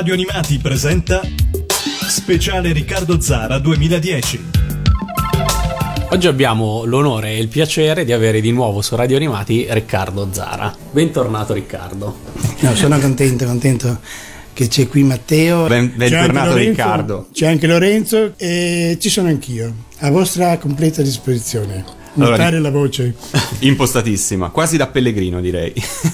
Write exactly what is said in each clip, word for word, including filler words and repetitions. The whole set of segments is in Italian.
Radio Animati presenta Speciale Riccardo Zara duemiladieci. Oggi abbiamo l'onore e il piacere di avere di nuovo su Radio Animati Riccardo Zara. Bentornato Riccardo. No, sono contento, contento che c'è qui Matteo. Ben, bentornato Lorenzo, Riccardo. C'è anche Lorenzo e ci sono anch'io, a vostra completa disposizione. Allora, Notare la voce. Impostatissima, quasi da pellegrino direi.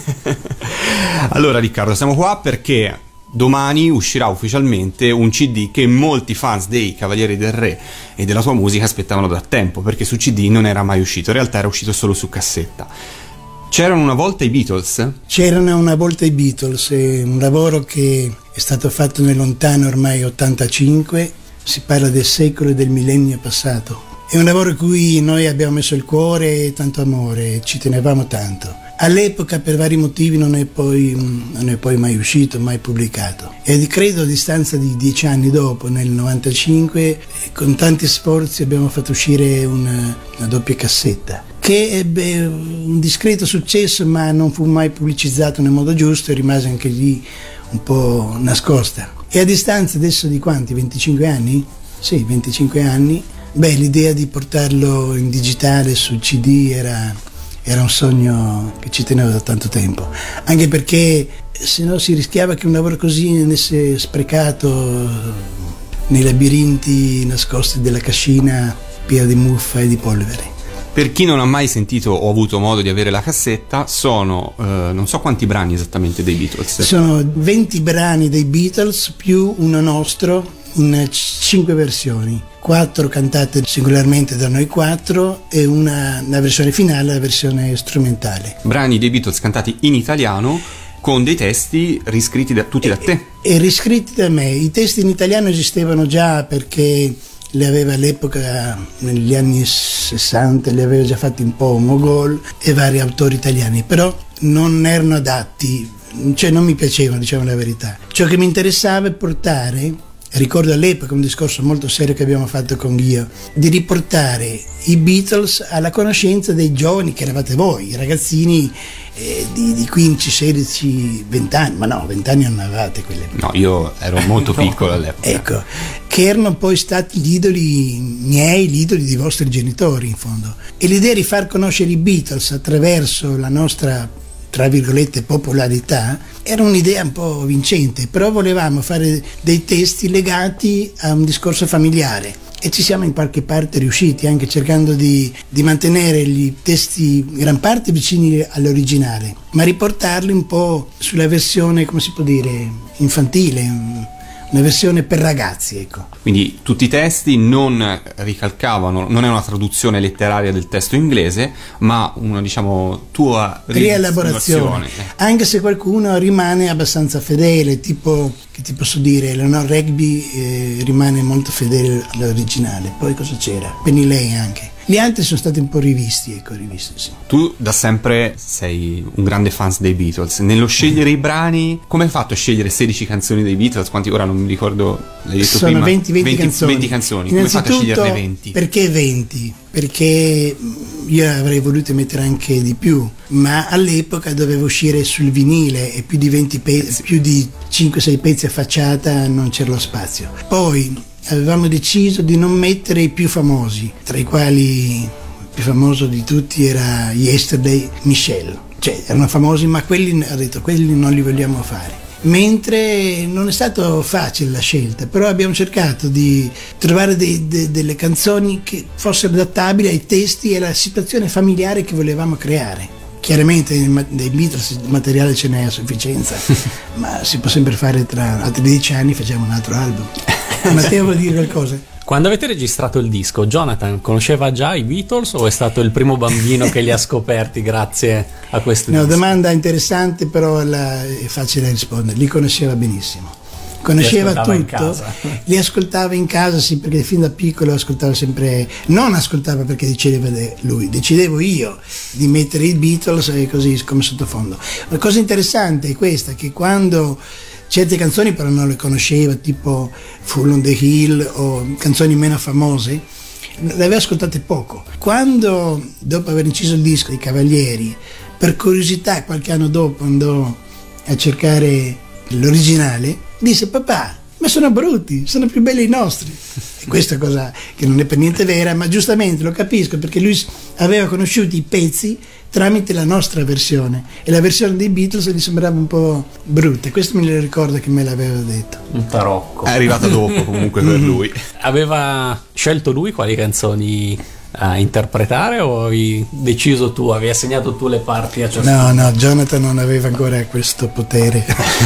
Allora Riccardo, siamo qua perché domani uscirà ufficialmente un C D che molti fans dei Cavalieri del Re e della sua musica aspettavano da tempo, perché su C D non era mai uscito, in realtà era uscito solo su cassetta. C'erano una volta i Beatles? C'erano una volta i Beatles, è un lavoro che è stato fatto nel lontano ormai ottantacinque, si parla del secolo e del millennio passato. È un lavoro in cui noi abbiamo messo il cuore e tanto amore, ci tenevamo tanto. All'epoca per vari motivi non è poi, non è poi mai uscito, mai pubblicato. E credo a distanza di dieci anni dopo, nel novantacinque, con tanti sforzi abbiamo fatto uscire una, una doppia cassetta, che ebbe un discreto successo ma non fu mai pubblicizzato nel modo giusto e rimase anche lì un po' nascosta. E a distanza adesso di quanti? venticinque anni? Sì, venticinque anni. Beh, l'idea di portarlo in digitale su C D era... Era un sogno che ci tenevo da tanto tempo, anche perché se no si rischiava che un lavoro così venisse sprecato nei labirinti nascosti della cascina piena di muffa e di polvere. Per chi non ha mai sentito o avuto modo di avere la cassetta, sono eh, non so quanti brani esattamente dei Beatles. Sono venti brani dei Beatles più uno nostro in cinque versioni, quattro cantate singolarmente da noi quattro e una la versione finale, la versione strumentale. Brani dei Beatles cantati in italiano con dei testi riscritti da, tutti da te. E, e riscritti da me. I testi in italiano esistevano già perché li aveva all'epoca, negli anni sessanta, li aveva già fatti un po' Mogol e vari autori italiani, però non erano adatti, cioè non mi piacevano, diciamo la verità. Ciò che mi interessava è portare, ricordo all'epoca un discorso molto serio che abbiamo fatto con Ghio, di riportare i Beatles alla conoscenza dei giovani che eravate voi, i ragazzini eh, di, di quindici, sedici, venti anni, ma no, venti anni non avevate quelle. No, io ero molto no, piccolo all'epoca. Ecco, che erano poi stati gli idoli miei, gli idoli dei vostri genitori in fondo. E l'idea di far conoscere i Beatles attraverso la nostra, tra virgolette, popolarità, era un'idea un po' vincente, però volevamo fare dei testi legati a un discorso familiare e ci siamo in qualche parte riusciti, anche cercando di, di mantenere i testi gran parte vicini all'originale, ma riportarli un po' sulla versione, come si può dire, infantile, una versione per ragazzi, ecco. Quindi tutti i testi non ricalcavano, non è una traduzione letteraria del testo inglese, ma una, diciamo, tua rielaborazione, anche se qualcuno rimane abbastanza fedele, tipo, che ti posso dire, Eleanor Rigby eh, rimane molto fedele all'originale. Poi cosa c'era? Penny Lane anche. Gli altri sono stati un po' rivisti, ecco, rivisti, sì. Tu da sempre sei un grande fan dei Beatles. Nello scegliere i brani, come hai fatto a scegliere sedici canzoni dei Beatles? Quanti ora non mi ricordo, l'hai detto sono prima? venti, venti, venti canzoni. venti canzoni. Come hai fatto a sceglierne venti? Perché venti? Perché io avrei voluto mettere anche di più, ma all'epoca doveva uscire sul vinile e più di venti pezzi, più di cinque sei pezzi a facciata non c'era lo spazio. Poi avevamo deciso di non mettere i più famosi, tra i quali il più famoso di tutti era Yesterday, Michelle. Cioè erano famosi, ma quelli, ho detto, quelli non li vogliamo fare. Mentre non è stato facile la scelta, però abbiamo cercato di trovare dei, de, delle canzoni che fossero adattabili ai testi e alla situazione familiare che volevamo creare. Chiaramente dei Beatles materiale ce n'è a sufficienza, ma si può sempre fare, tra altri dieci anni facciamo un altro album. Matteo, vuoi dire qualcosa? Quando avete registrato il disco, Jonathan conosceva già i Beatles o è stato il primo bambino che li ha scoperti grazie a questo no, disco? Domanda interessante, però la, è facile da rispondere. Li conosceva benissimo. Conosceva li tutto, li ascoltava in casa, sì, perché fin da piccolo ascoltava sempre, non ascoltava perché decideva lui, decidevo io di mettere i Beatles e così come sottofondo. La cosa interessante è questa, che quando certe canzoni però non le conosceva, tipo Full on the Hill o canzoni meno famose, le aveva ascoltate poco. Quando, dopo aver inciso il disco dei Cavalieri, per curiosità qualche anno dopo andò a cercare l'originale, disse: papà, ma sono brutti, sono più belli i nostri. E questa cosa che non è per niente vera, ma giustamente lo capisco, perché lui aveva conosciuto i pezzi tramite la nostra versione, e la versione dei Beatles gli sembrava un po' brutta. Questo me lo ricordo che me l'aveva detto. Un tarocco. È arrivata dopo comunque per lui. Aveva scelto lui quali canzoni a interpretare, o avevi deciso tu, avevi assegnato tu le parti a ciascuno? No, no, Jonathan non aveva ancora questo potere.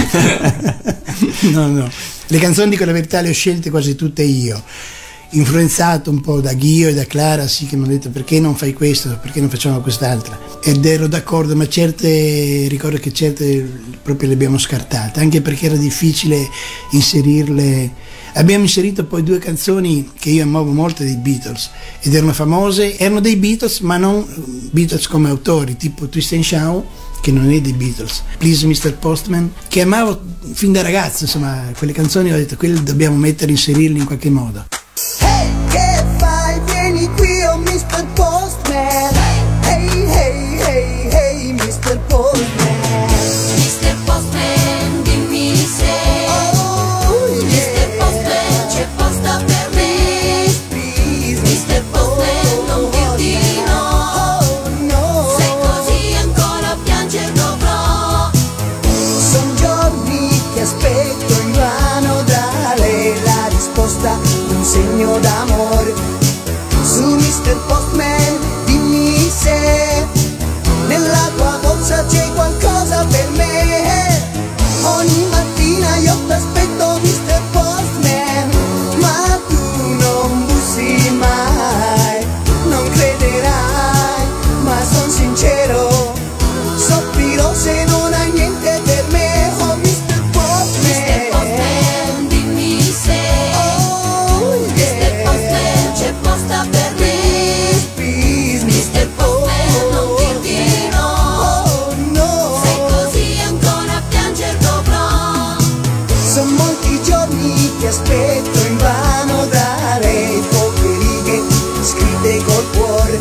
No, no. Le canzoni, dico la verità, le ho scelte quasi tutte io, influenzato un po' da Ghio e da Clara, sì, che mi hanno detto: perché non fai questo, perché non facciamo quest'altra, ed ero d'accordo, ma certe, ricordo che certe proprio le abbiamo scartate, anche perché era difficile inserirle. Abbiamo inserito poi due canzoni che io amavo molto dei Beatles, ed erano famose, erano dei Beatles, ma non Beatles come autori, tipo Twist and Shout, che non è dei Beatles, Please mister Postman, che amavo fin da ragazzo. Insomma, quelle canzoni ho detto: quelle dobbiamo mettere, inserirle in qualche modo. Hey, che fai? Vieni qui, oh mister Postman. Hey, hey, hey, hey, mister Postman. mister Postman, dimmi se Oh, yeah. mister Postman c'è posta per me. Please, mister Postman, non dirti no. Oh, no. Se così ancora pianger dovrò. Son giorni che aspetto invano da lei la risposta, un segno d'amore. Su mister Postman, dimmi se nella tua borsa c'è qualcosa per me. Ogni mattina io t'aspetto, mister Postman, ma tu non bussi mai, non crederai, ma son sincero, soffrirò se non hai niente per me. Oh mister mister Postman, Postman, dimmi se oh mister yeah. Postman c'è posta per me. Please, mister Postman, non dirti no. oh no. Se così ancora pianger dovrò. Son molti giorni che aspetto invano da lei poche righe scritte col cuore,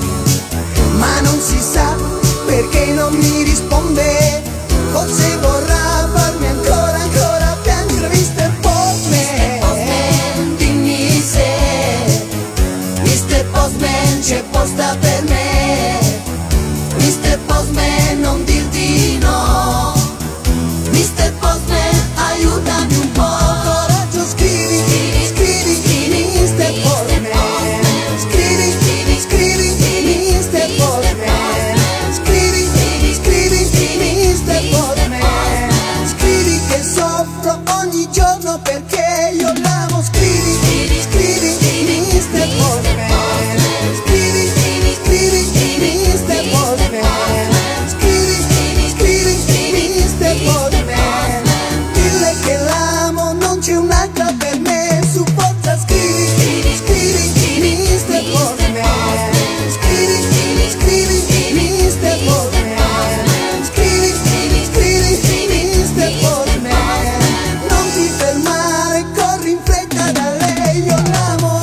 ma non si sa perché non mi risponde. Forse vorrà farmi ancora, ancora piangere, mister mister Postman. Postman, dimmi se mister Postman c'è posta per me. mister Postman, non dirti no. mister Postman, aiutami un po'. Coraggio, scrivi, scrivi, scrivi, mister Postman. Scrivi, scrivi, scrivi, mister Postman. Scrivi, scrivi, scrivi, mister Postman. Scrivi che soffro ogni giorno perché io l'amo. Scrivi, scrivi, mister Postman. Scrivi, scrivi, mister Postman. Scrivi, scrivi, mister Postman. Dille che l'amo, non c'è un'altra per me. Su forza scrivi, scrivi, mister Postman. Scrivi, scrivi, mister Postman. Scrivi, scrivi, mister Postman. Non ti fermare, corri in fretta da lei, io l'amo.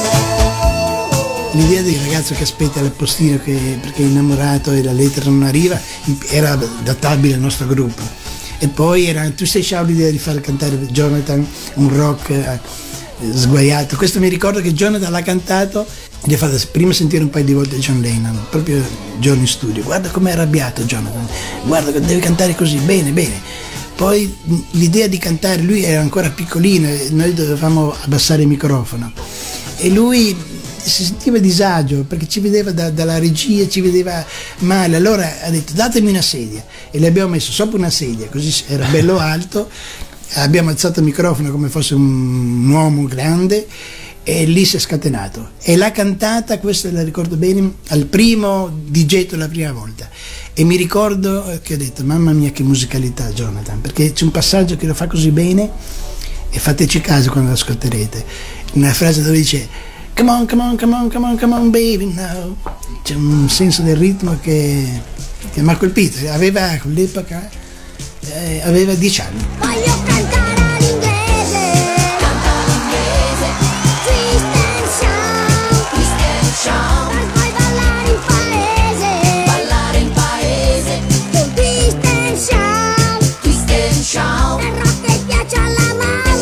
L'idea del ragazzo che aspetta al postino che, perché è innamorato e la lettera non arriva, era databile al nostro gruppo. E poi era, tu sei sciao l'idea di far cantare Jonathan un rock eh, sguaiato. Questo mi ricordo che Jonathan l'ha cantato, gli ha fatto prima sentire un paio di volte John Lennon, proprio giorno in studio. Guarda com'è arrabbiato Jonathan, guarda che devi cantare così, bene, bene. Poi l'idea di cantare, lui era ancora piccolino e noi dovevamo abbassare il microfono. E lui si sentiva a disagio perché ci vedeva da, dalla regia, ci vedeva male. Allora ha detto: datemi una sedia, e le abbiamo messo sopra una sedia, così era bello alto. Abbiamo alzato il microfono come fosse un uomo grande, e lì si è scatenato e l'ha cantata, questa la ricordo bene, al primo digetto la prima volta. E mi ricordo che ho detto: mamma mia che musicalità Jonathan, perché c'è un passaggio che lo fa così bene, e fateci caso quando lo ascolterete, una frase dove dice come on, come on, come on, come on, come on baby now. C'è un senso del ritmo che, che mi ha colpito. Aveva all'epoca eh, aveva dieci anni. Voglio cantare all'inglese, Canta l'inglese, twist and shout, twist and shout. per poi ballare in paese, Ballare in paese, con twist and shout, twist and shout. il rock che piace alla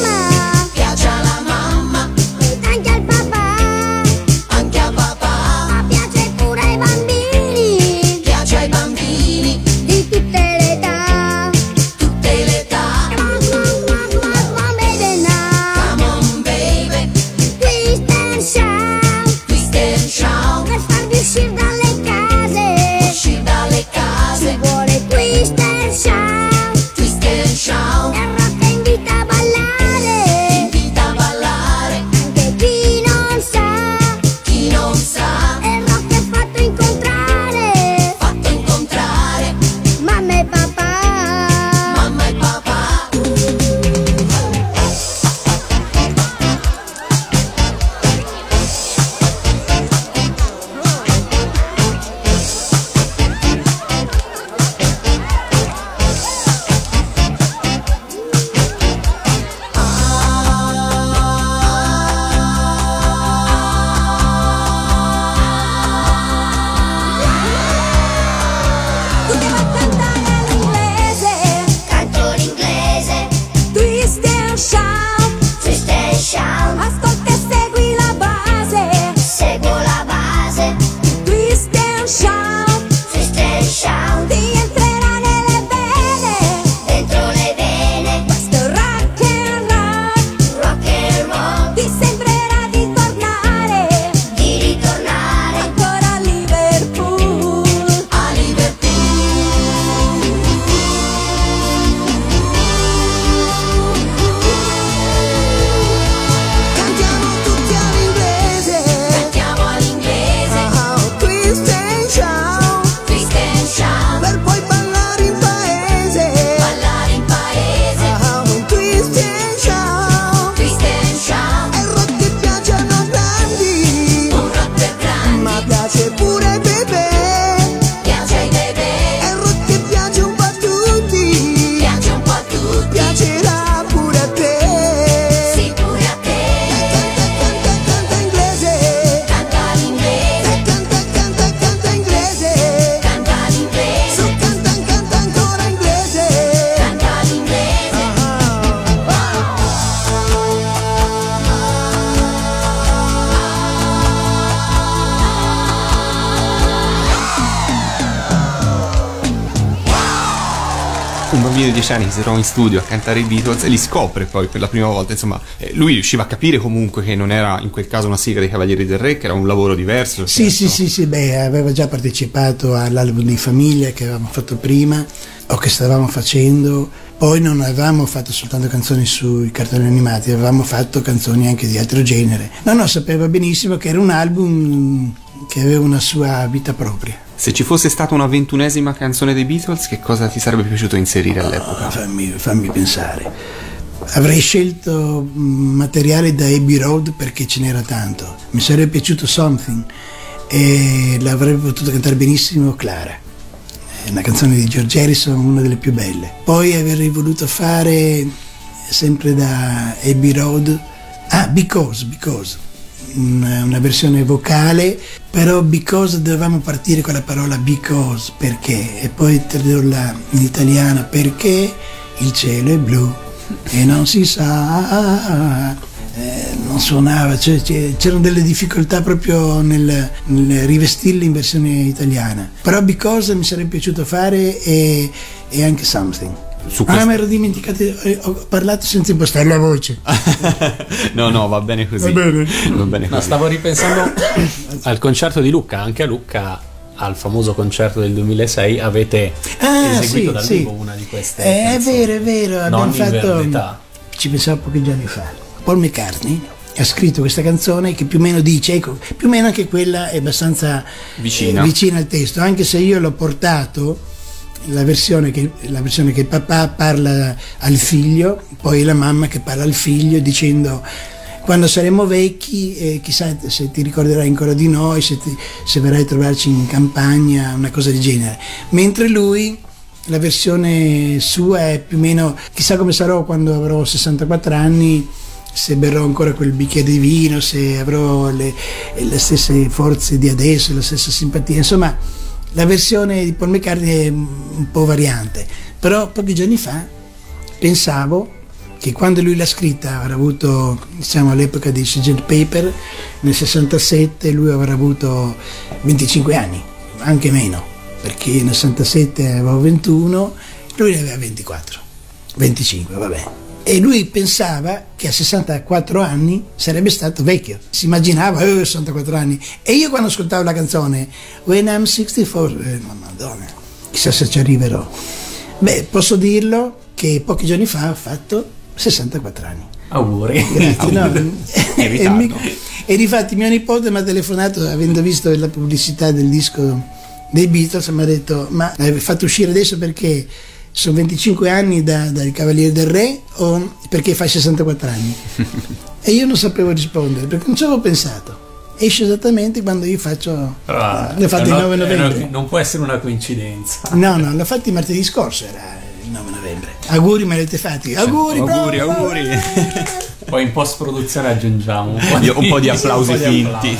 dieci anni che si trova in studio a cantare i Beatles e li scopre poi per la prima volta. Insomma, eh, lui riusciva a capire comunque che non era in quel caso una sigla dei Cavalieri del Re, che era un lavoro diverso. Sì, certo. sì, sì, sì, beh, aveva già partecipato all'album di famiglia che avevamo fatto prima o che stavamo facendo. Poi non avevamo fatto soltanto canzoni sui cartoni animati, avevamo fatto canzoni anche di altro genere. No, no, sapeva benissimo che era un album che aveva una sua vita propria. Se ci fosse stata una ventunesima canzone dei Beatles, che cosa ti sarebbe piaciuto inserire all'epoca? Oh, fammi, fammi pensare. Avrei scelto materiale da Abbey Road perché ce n'era tanto. Mi sarebbe piaciuto Something e l'avrebbe potuto cantare benissimo Clara. È una canzone di George Harrison, una delle più belle. Poi avrei voluto fare, sempre da Abbey Road, ah, Because, Because, una, una versione vocale, però Because dovevamo partire con la parola because, perché, e poi tradurla in italiano, perché il cielo è blu e non si sa, eh, non suonava, cioè, c'erano delle difficoltà proprio nel, nel rivestirla in versione italiana. Però Because mi sarebbe piaciuto fare e, e anche Something. Su questo... Ah, mi ero dimenticato, ho parlato senza impostare la voce. no, no, va bene così. Va bene. Va bene così. No, stavo ripensando al concerto di Lucca, anche a Lucca, al famoso concerto del duemilasei, avete ah, eseguito sì, dal sì. vivo una di queste. Eh, è vero, è vero, abbiamo non fatto. In verità. Ci pensavo pochi giorni fa. Paul McCartney ha scritto questa canzone che più o meno dice, ecco, più o meno anche quella è abbastanza vicina, eh, vicina al testo, anche se io l'ho portato la versione che, la versione che il papà parla al figlio, poi la mamma che parla al figlio dicendo: quando saremo vecchi, eh, chissà se ti ricorderai ancora di noi, se, ti, se verrai a trovarci in campagna, una cosa del genere. Mentre lui, la versione sua è più o meno: chissà come sarò quando avrò sessantaquattro anni, se berrò ancora quel bicchiere di vino, se avrò le, le stesse forze di adesso, la stessa simpatia. Insomma, la versione di Paul McCartney è un po' variante, però pochi giorni fa pensavo che quando lui l'ha scritta avrà avuto, diciamo, all'epoca dei sogget Paper, nel sessantasette lui avrà avuto venticinque anni, anche meno, perché nel sessantasette avevo ventuno, lui ne aveva ventiquattro, venticinque, vabbè. E lui pensava che a sessantaquattro anni sarebbe stato vecchio, si immaginava, eh, sessantaquattro anni. E io quando ascoltavo la canzone When I'm sessantaquattro, eh, ma madonna, chissà se ci arriverò. Beh, posso dirlo che pochi giorni fa ho fatto sessantaquattro anni. Auguri. Grazie, no? e, e, mi, e difatti mio nipote mi ha telefonato, avendo visto la pubblicità del disco dei Beatles, mi ha detto: ma l'hai fatto uscire adesso perché sono venticinque anni da, dal Cavaliere del Re o perché fai sessantaquattro anni? E io non sapevo rispondere perché non ci avevo pensato. Esce esattamente quando io faccio, ah, l'ho fatto il nove novembre. Non può essere una coincidenza. No, no, l'ho fatto il martedì scorso, era il nove novembre. Auguri, me l'avete fatti. Auguri, auguri, bravo, auguri. Poi in post produzione aggiungiamo un po' di, un po' di applausi un po' di finti. applausi.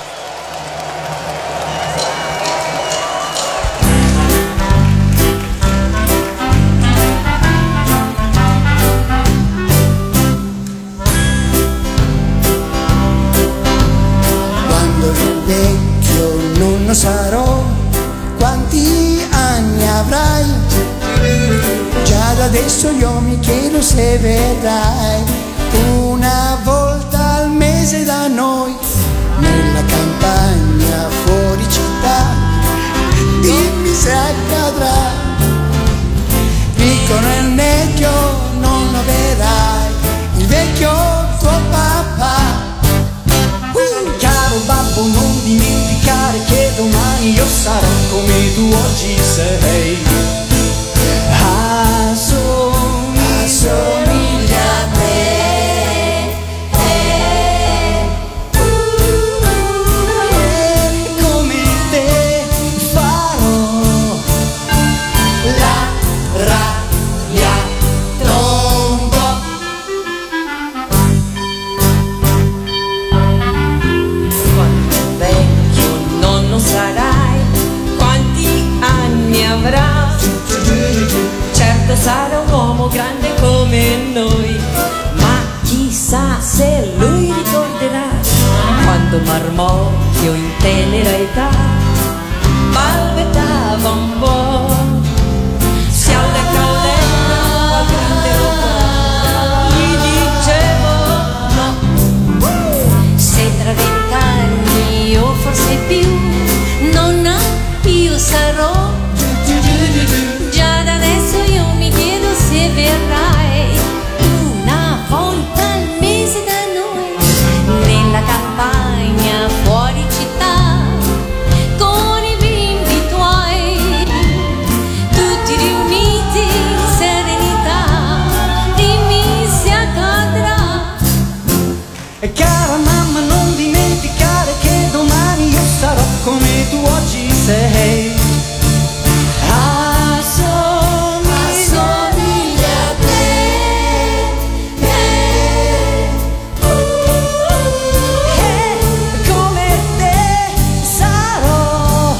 Non sarò, quanti anni avrai? Già da adesso io mi chiedo se vedrai una volta al mese da noi, nella campagna fuori città. Dimmi se accadrà, picco nel vecchio non lo vedrai, il vecchio tuo papà. Caro babbo, non dimenticare che domani io sarò come tu oggi sei. Assomiglia, assomiglia a te. E come te farò la raia trombo. Sarai, quanti anni avrà? Certo sarà un uomo grande come noi, ma chissà se lui ricorderà quando Marmocchio in tenera età balbettava un po'. Si alla colletta E cara mamma, non dimenticare che domani io sarò come tu oggi sei. Assomiglia a te, E come te sarò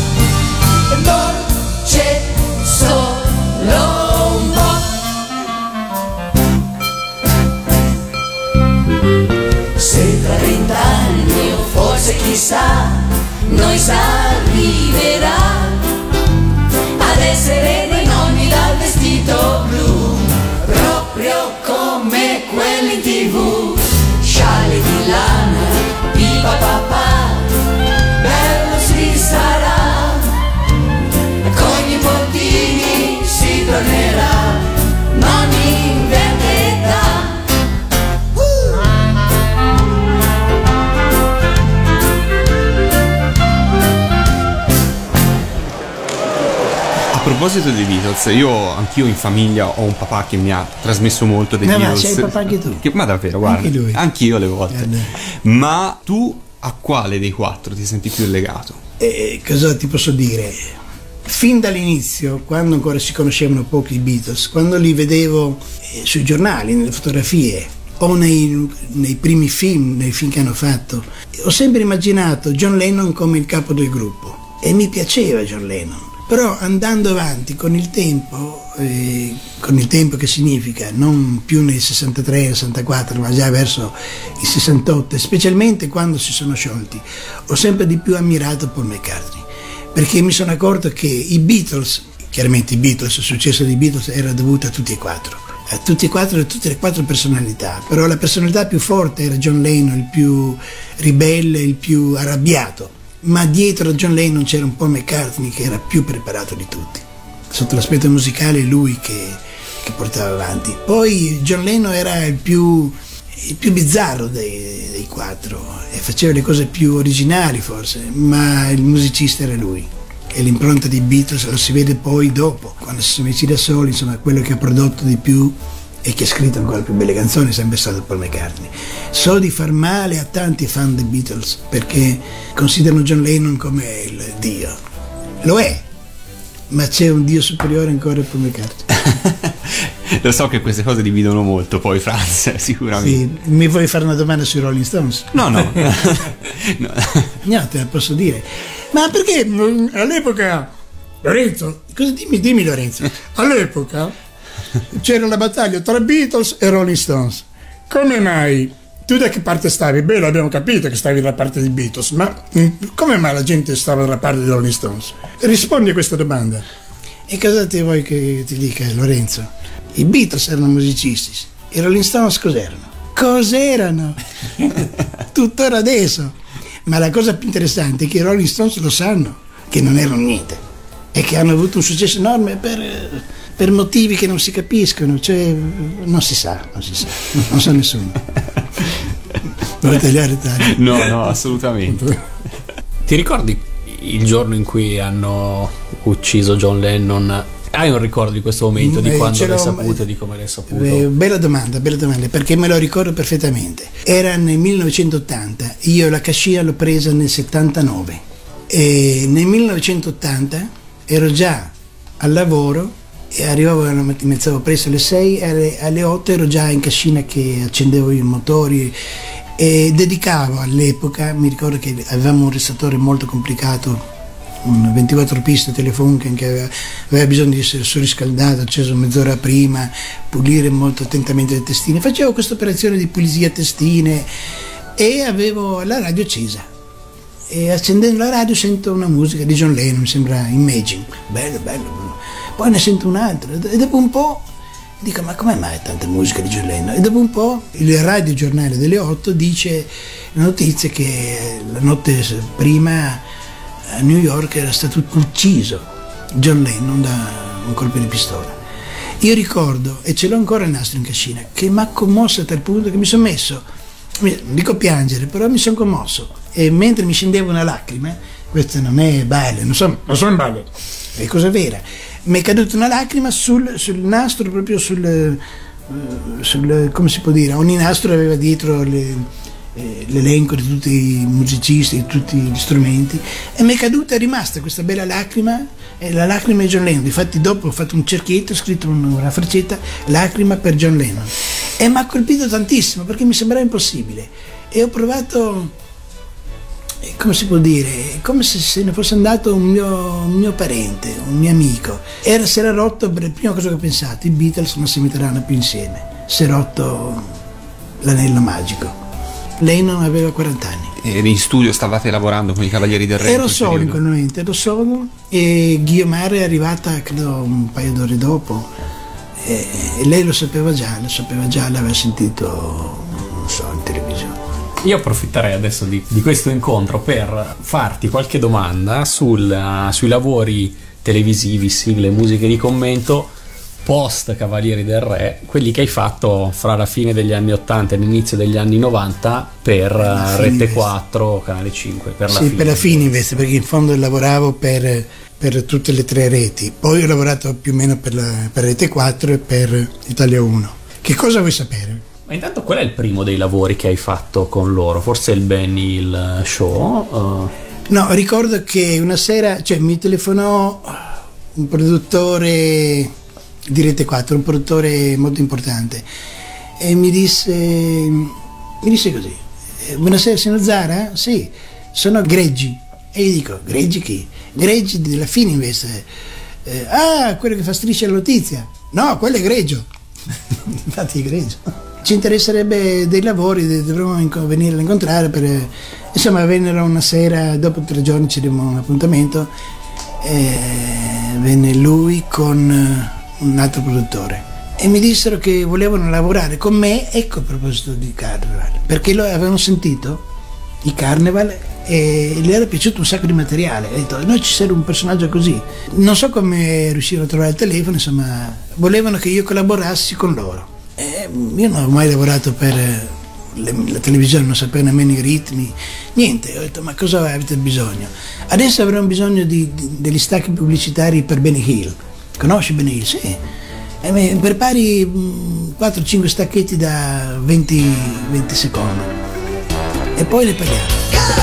dolce solo un po'. Se tra vent'anni o forse chissà noi s'arriverà ad essere dei nonni dal vestito blu, proprio come quelli in tv, scialli di lana, pipa papà, bello si sarà, con i nipotini si tornerà, nonni in vendetta. A proposito dei Beatles, io anch'io in famiglia ho un papà che mi ha trasmesso molto dei No, ma Beatles. c'hai il papà anche tu? Che- ma davvero, guarda, Anche lui. anch'io alle volte. Guarda. Ma tu a quale dei quattro ti senti più legato? E cosa ti posso dire? Fin dall'inizio, quando ancora si conoscevano pochi i Beatles, quando li vedevo eh, sui giornali, nelle fotografie o nei, nei primi film, nei film che hanno fatto, ho sempre immaginato John Lennon come il capo del gruppo e mi piaceva John Lennon. Però andando avanti con il tempo, eh, con il tempo che significa, non più nel sessantatré, sessantaquattro, ma già verso il sessantotto, specialmente quando si sono sciolti, ho sempre di più ammirato Paul McCartney, perché mi sono accorto che i Beatles, chiaramente i Beatles, il successo dei Beatles era dovuto a tutti e quattro, a tutti e quattro, a tutte le quattro personalità, però la personalità più forte era John Lennon, il più ribelle, il più arrabbiato. Ma dietro a John Lennon c'era un Paul McCartney che era più preparato di tutti. Sotto l'aspetto musicale è lui che, che portava avanti. Poi John Lennon era il più, il più bizzarro dei, dei quattro e faceva le cose più originali forse, ma il musicista era lui. E l'impronta dei Beatles lo si vede poi dopo, quando si sono messi da soli, insomma, quello che ha prodotto di più e che ha scritto ancora più belle canzoni è sempre stato Paul McCartney. So di far male a tanti fan dei Beatles perché considerano John Lennon come il dio. Lo è, ma c'è un dio superiore ancora a Paul McCartney. Lo so che queste cose dividono molto poi, Franz, sicuramente. Sì, mi vuoi fare una domanda sui Rolling Stones? No, no. No. No, te la posso dire. Ma perché mm, all'epoca, Lorenzo, cosa dimmi, dimmi Lorenzo, all'epoca c'era la battaglia tra Beatles e Rolling Stones. Come mai? Tu da che parte stavi? Beh, l'abbiamo capito che stavi dalla parte dei Beatles, ma mm, come mai la gente stava dalla parte dei Rolling Stones? Rispondi a questa domanda. E cosa ti vuoi che ti dica, Lorenzo? I Beatles erano musicisti, i Rolling Stones cos'erano? Cos'erano? Tuttora adesso. Ma la cosa più interessante è che i Rolling Stones lo sanno, che non erano niente e che hanno avuto un successo enorme per, per motivi che non si capiscono, cioè non si sa, non si sa, non sa nessuno. Vuoi tagliare taglio? No, no, assolutamente. Ti ricordi il giorno in cui hanno ucciso John Lennon? Hai un ricordo di questo momento, di Eh, quando ce l'hai l'ho- saputo e di come l'hai saputo? Eh, bella domanda, bella domanda, perché me lo ricordo perfettamente. Era nel millenovecentottanta, io la cascina l'ho presa nel settantanove e nel millenovecentottanta ero già al lavoro e arrivavo alla mattina, iniziavo presto alle sei e alle, alle otto ero già in cascina che accendevo i motori e dedicavo all'epoca, mi ricordo che avevamo un restatore molto complicato, un ventiquattro piste telefonica che aveva, aveva bisogno di essere surriscaldato, acceso mezz'ora prima, pulire molto attentamente le testine. Facevo questa operazione di pulizia testine e avevo la radio accesa e accendendo la radio sento una musica di John Lennon, mi sembra Imagine, bello, bello, poi ne sento un'altra e dopo un po' dico ma come mai tanta musica di John Lennon? E dopo un po' il radiogiornale delle otto dice la notizia che la notte prima a New York era stato ucciso John Lennon da un colpo di pistola. Io ricordo, e ce l'ho ancora il nastro in cascina, che mi ha commosso a tal punto che mi sono messo, non dico piangere, però mi sono commosso e mentre mi scendeva una lacrima, questa non è balle, non sono, non sono balle, è cosa vera, mi è caduta una lacrima sul, sul nastro, proprio sul, sul, come si può dire, ogni nastro aveva dietro le, eh, l'elenco di tutti i musicisti, di tutti gli strumenti, e mi è caduta, è rimasta questa bella lacrima, e la lacrima è John Lennon. Difatti dopo ho fatto un cerchietto, ho scritto una freccetta, lacrima per John Lennon, e mi ha colpito tantissimo perché mi sembrava impossibile, e ho provato, come si può dire, come se se ne fosse andato un mio, un mio parente, un mio amico. Era, si era rotto, la prima cosa che ho pensato, i Beatles non si metteranno più insieme, si è rotto l'anello magico. Lennon aveva quaranta anni. E in studio stavate lavorando con i Cavalieri del Re? Ero solo in quel momento, ero solo, e Guiomar è arrivata credo un paio d'ore dopo, e, e lei lo sapeva già, lo sapeva già, l'aveva sentito, non so, in televisione. Io approfitterei adesso di, di questo incontro per farti qualche domanda sul, sui lavori televisivi, sigle, musiche di commento post Cavalieri del Re, quelli che hai fatto fra la fine degli anni ottanta e l'inizio degli anni novanta per Rete quattro, Canale cinque. Per la sì, Fininvest. per la Fininvest, perché in fondo lavoravo per, per tutte le tre reti. Poi ho lavorato più o meno per, la, per Rete quattro e per Italia uno. Che cosa vuoi sapere? Ma intanto qual è il primo dei lavori che hai fatto con loro? Forse il Benny Hill Show? Uh... No, ricordo che una sera, cioè, mi telefonò un produttore di Rete quattro, un produttore molto importante, e mi disse, mi disse così: buonasera signor Zara? Sì, sono Greggi. E io dico: Greggi chi? Greggi della Fininvest. Eh, ah, quello che fa Striscia la Notizia. No, quello è Greggio. Infatti è Greggio. Ci interesserebbe dei lavori, dovremmo inco- venire a incontrare per, insomma, vennero una sera, dopo tre giorni ci diamo un appuntamento, e venne lui con un altro produttore e mi dissero che volevano lavorare con me. Ecco, a proposito di Carnival, perché lo avevano sentito i Carnival e gli era piaciuto un sacco di materiale. Ha detto: noi ci serve un personaggio così. Non so come riuscirono a trovare il telefono, insomma, volevano che io collaborassi con loro. Eh, io non ho mai lavorato per le, la televisione, non sapevo nemmeno i ritmi, niente. Ho detto: ma cosa avete bisogno? Adesso avremo bisogno di, di, degli stacchi pubblicitari per Benny Hill. Conosci Benny Hill? Sì. E mi prepari quattro cinque stacchetti da venti secondi e poi le paghiamo.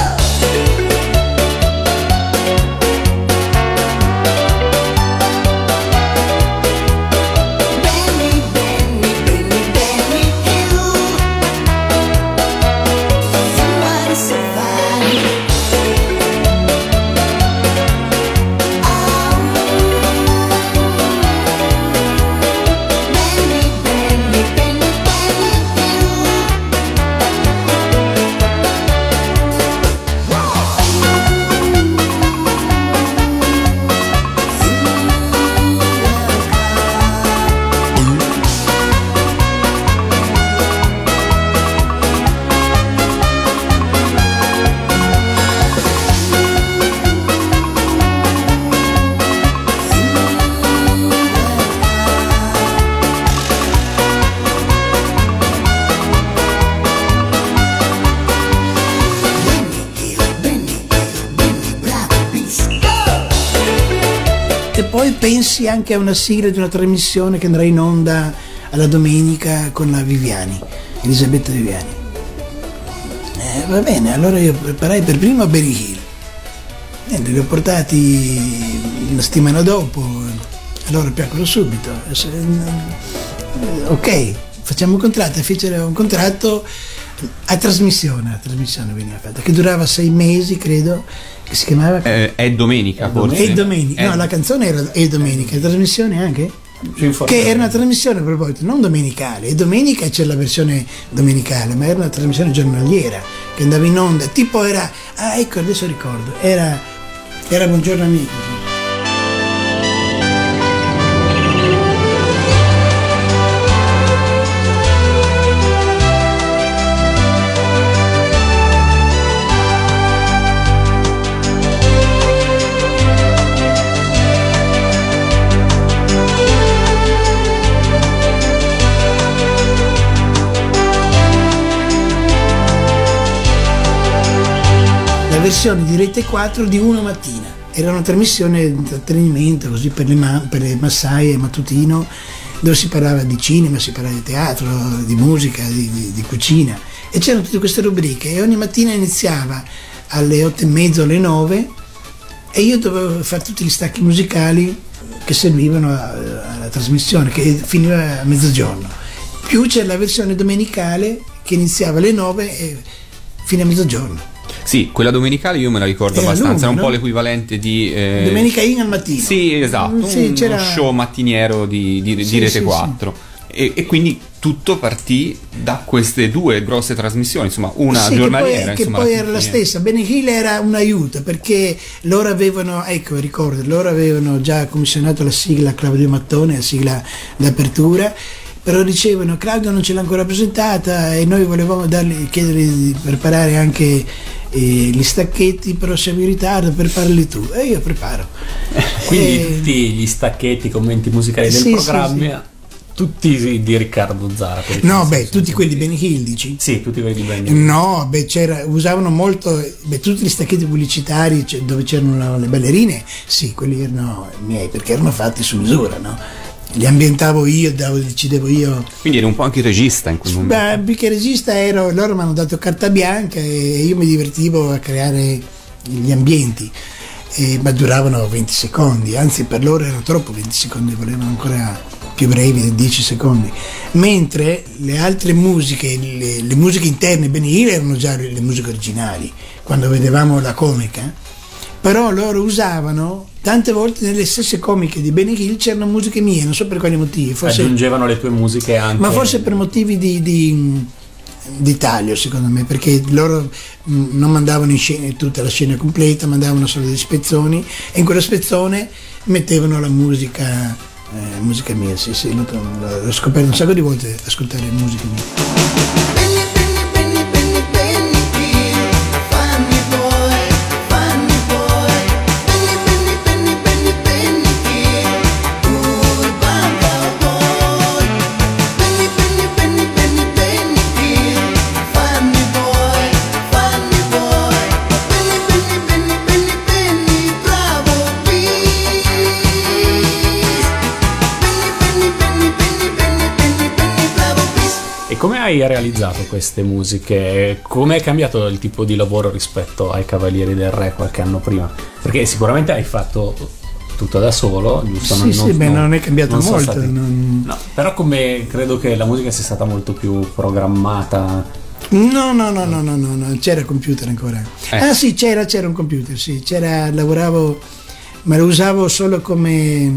Poi pensi anche a una sigla di una trasmissione che andrà in onda alla domenica con la Viviani, Elisabetta Viviani. Eh, va bene, allora io preparai per primo Benny Hill. Niente, li ho portati una settimana dopo, allora piacquero subito. Ok, facciamo un contratto, fecero un contratto a trasmissione, la trasmissione veniva fatta, che durava sei mesi, credo, che si chiamava eh, È Domenica, forse. È Domenica, no, è... la canzone era È Domenica, la trasmissione anche? Che era una trasmissione a proposito, non domenicale. E domenica c'è la versione domenicale, ma era una trasmissione giornaliera che andava in onda, tipo era, ah ecco adesso ricordo, era, era Buongiorno Amico. Versione di Rete quattro di Uno Mattina, era una trasmissione di intrattenimento così per le, ma- per le massaie mattutino, dove si parlava di cinema, si parlava di teatro, di musica, di, di, di cucina, e c'erano tutte queste rubriche e ogni mattina iniziava alle otto e mezzo, alle nove, e io dovevo fare tutti gli stacchi musicali che servivano alla trasmissione, che finiva a mezzogiorno. Più c'è la versione domenicale che iniziava alle nove e fino a mezzogiorno. Sì, quella domenicale io me la ricordo Era abbastanza, lungo, era un no? po' l'equivalente di... eh, Domenica in al mattino. Sì, esatto, Sì, un, c'era- uno show mattiniero di, di, di Sì, Rete sì, quattro. E, e quindi tutto partì da queste due grosse trasmissioni, insomma, una Sì, giornaliera. che poi, insomma, che poi alla era la fine. stessa. Benny Hill era un aiuto perché loro avevano, ecco, ricordo, loro avevano già commissionato la sigla a Claudio Mattone, la sigla d'apertura, però dicevano Claudio non ce l'ha ancora presentata e noi volevamo dargli, chiedergli di preparare anche eh, gli stacchetti, però siamo in ritardo, preparali tu. E io preparo. Quindi E- tutti gli stacchetti, i commenti musicali del Sì, sì, programma, tutti di Riccardo Zara. per No, il beh, senso. tutti quelli di Benny Hill, dici? Sì, tutti quelli di Benny. No, beh, c'era, usavano molto, beh, tutti gli stacchetti pubblicitari, cioè, dove c'erano le ballerine, sì, quelli erano miei, perché erano fatti su misura, no? Li ambientavo io, davo- decidevo io. Quindi eri un po' anche il regista in quel momento. Beh, più che regista ero, loro mi hanno dato carta bianca e io mi divertivo a creare gli ambienti, e, ma duravano venti secondi, anzi per loro erano troppo venti secondi, volevano ancora più brevi, dieci secondi, mentre le altre musiche, le, le musiche interne Benny Hill erano già le, le musiche originali, quando vedevamo la comica, però loro usavano tante volte nelle stesse comiche di Benny Hill c'erano musiche mie, non so per quali motivi, forse, Aggiungevano le tue musiche anche. ma forse per motivi di, di, di taglio, secondo me, perché loro mh, non mandavano in scena tutta la scena completa, mandavano solo dei spezzoni e in quello spezzone mettevano la musica, eh, musica mia, sì, sì, l'ho, l'ho scoperto un sacco di volte ascoltare musica mia. Benny, Benny, Benny, Benny, Benny Hill, funny boy, funny boy. Benny, Benny, Benny, Benny, Benny Hill, urban cowboy. Benny, Benny, Benny, Benny, Benny Hill, funny boy, funny boy. Benny, Benny, Benny, Benny, Benny, bravo Beast. Benny, Benny, Benny, Benny, Benny, Benny, Benny, bravo Beast. E come hai realizzato queste musiche? Come è cambiato il tipo di lavoro rispetto ai Cavalieri del Re qualche anno prima? Perché sicuramente hai fatto tutto da solo, giusto? Sì, sì, beh, non è cambiato sono molto, stati- non- No, però come credo che la musica sia stata molto più programmata. No, no, no, no, no, no, no, c'era computer ancora. Eh. Ah sì, c'era, c'era un computer, sì, c'era, lavoravo, ma lo usavo solo come,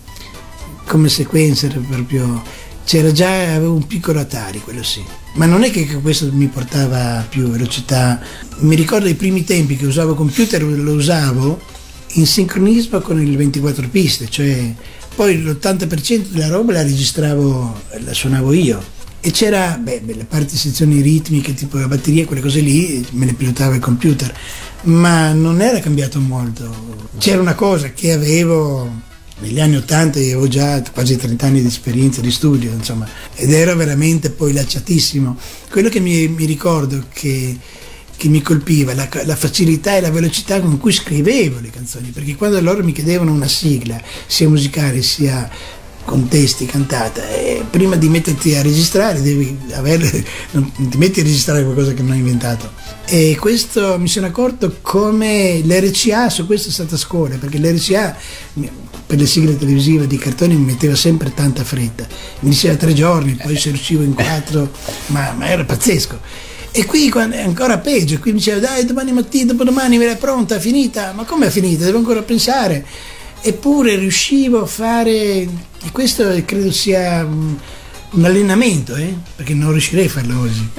come sequencer proprio. C'era già, avevo un piccolo Atari, quello sì. Ma non è che questo mi portava più velocità. Mi ricordo i primi tempi che usavo computer, lo usavo in sincronismo con il ventiquattro piste, cioè poi l'ottanta per cento della roba la registravo, la suonavo io. E c'era, beh, beh, le parti sezioni ritmiche, tipo la batteria, quelle cose lì, me le pilotava il computer. Ma non era cambiato molto. C'era una cosa che avevo negli anni ottanta, io avevo già quasi trenta anni di esperienza di studio, insomma, ed ero veramente poi lanciatissimo. Quello che mi, mi ricordo che, che mi colpiva, la, la facilità e la velocità con cui scrivevo le canzoni, perché quando loro mi chiedevano una sigla, sia musicale sia con testi cantata, e prima di metterti a registrare devi averle, non ti metti a registrare qualcosa che non hai inventato. E questo mi sono accorto come l'R C A su questo è stata a scuola, perché l'R C A per le sigle televisive di cartoni mi metteva sempre tanta fretta, mi diceva tre giorni, poi se riuscivo in quattro, ma, ma era pazzesco. E qui quando- è ancora peggio, qui mi diceva dai domani mattina, dopodomani è pronta, finita, ma come è finita? Devo ancora pensare. Eppure riuscivo a fare, e questo credo sia un, un allenamento, eh? Perché non riuscirei a farlo oggi.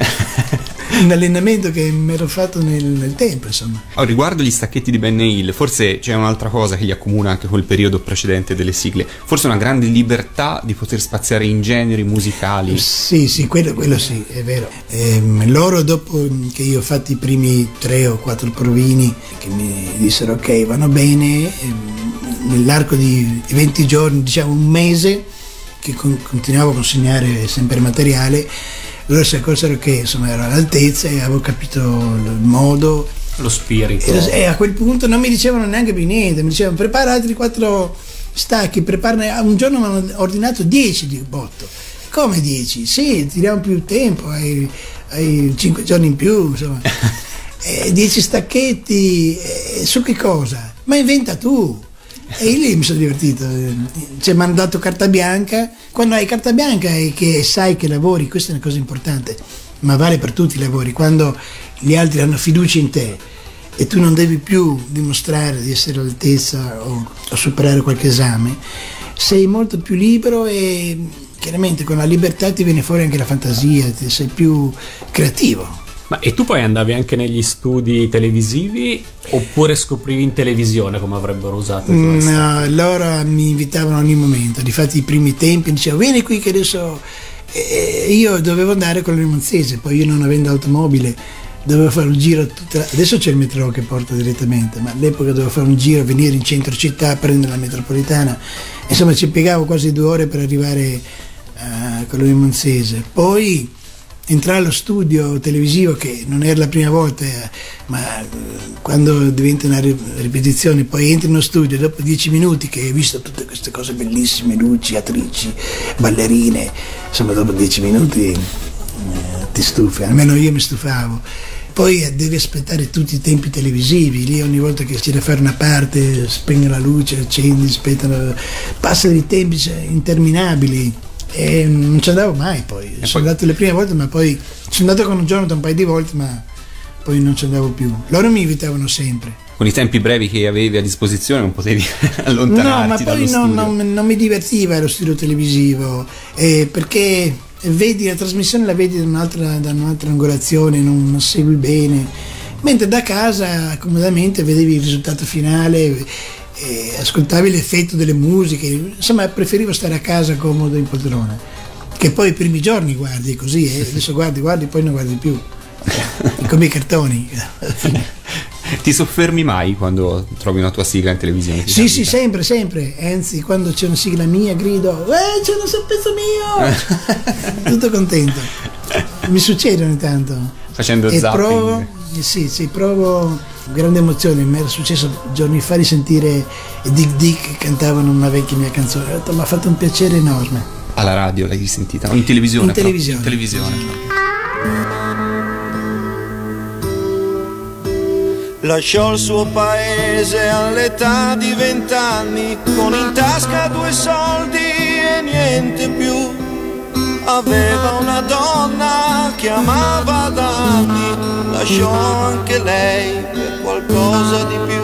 Un allenamento che mi ero fatto nel, nel tempo, insomma. Oh, riguardo gli stacchetti di Benny Hill, forse c'è un'altra cosa che li accomuna anche col periodo precedente delle sigle, forse una grande libertà di poter spaziare in generi musicali. Sì, sì, quello, quello sì, è vero. Ehm, loro dopo che io ho fatto i primi tre o quattro provini, che mi dissero ok, vanno bene, ehm, nell'arco di venti giorni, diciamo un mese, che con- continuavo a consegnare sempre materiale, loro si accorsero che insomma ero all'altezza e avevo capito il modo. Lo spirito. E a quel punto non mi dicevano neanche più niente, mi dicevano prepara altri quattro stacchi, preparane. Un giorno mi hanno ordinato dieci di botto. Come dieci? Sì, tiriamo più tempo, hai, hai cinque giorni in più, insomma. eh, dieci stacchetti, eh, su che cosa? Ma inventa tu. E lì mi sono divertito. Ci mi hanno dato carta bianca. Quando hai carta bianca e che sai che lavori, questa è una cosa importante, ma vale per tutti i lavori. Quando gli altri hanno fiducia in te e tu non devi più dimostrare di essere all'altezza o, o superare qualche esame, sei molto più libero e chiaramente con la libertà ti viene fuori anche la fantasia, ti sei più creativo. Ma e tu poi andavi anche negli studi televisivi oppure scoprivi in televisione come avrebbero usato i tuoi? No, loro mi invitavano ogni momento. Difatti i primi tempi dicevano vieni qui che adesso eh, io dovevo andare con il Monzese, poi io non avendo automobile dovevo fare un giro tutta... adesso c'è il metro che porta direttamente, ma all'epoca dovevo fare un giro, venire in centro città, prendere la metropolitana, insomma ci piegavo quasi due ore per arrivare a quello di Monzese. Poi entrare allo studio televisivo, che non era la prima volta, ma quando diventa una ripetizione, poi entri in uno studio dopo dieci minuti che hai visto tutte queste cose bellissime, luci, attrici, ballerine, insomma dopo dieci minuti eh, ti stufi, almeno io mi stufavo. Poi devi aspettare tutti i tempi televisivi, lì ogni volta che c'è da fare una parte spegne la luce, accendi, aspettano, passano i tempi interminabili. E non ci andavo mai poi, e sono poi... andato le prime volte, ma poi sono andato con Jonathan un paio di volte, ma poi non ci andavo più. Loro mi invitavano sempre. Con i tempi brevi che avevi a disposizione non potevi allontanarti. No, ma poi non, non, non mi divertiva lo studio televisivo, eh, perché vedi la trasmissione, la vedi da un'altra, da un'altra angolazione, non, non segui bene, mentre da casa comodamente vedevi il risultato finale, e ascoltavi l'effetto delle musiche, insomma preferivo stare a casa comodo in poltrona, che poi i primi giorni guardi così, eh? Adesso guardi, guardi, poi non guardi più, come i cartoni. Ti soffermi mai quando trovi una tua sigla in televisione? Sì, sì, sempre, sempre, anzi quando c'è una sigla mia grido eh c'è un pezzo mio. Tutto contento, mi succede ogni tanto, facendo e zapping. provo, sì, sì, provo grande emozione. Mi era successo giorni fa di sentire Dick Dick che cantavano una vecchia mia canzone, ho detto, mi ha fatto un piacere enorme. Alla radio l'hai sentita? O in televisione? In televisione. In televisione. Lasciò il suo paese all'età di vent'anni, con in tasca due soldi e niente più. Aveva una donna che amava da anni, lasciò anche lei per qualcosa di più.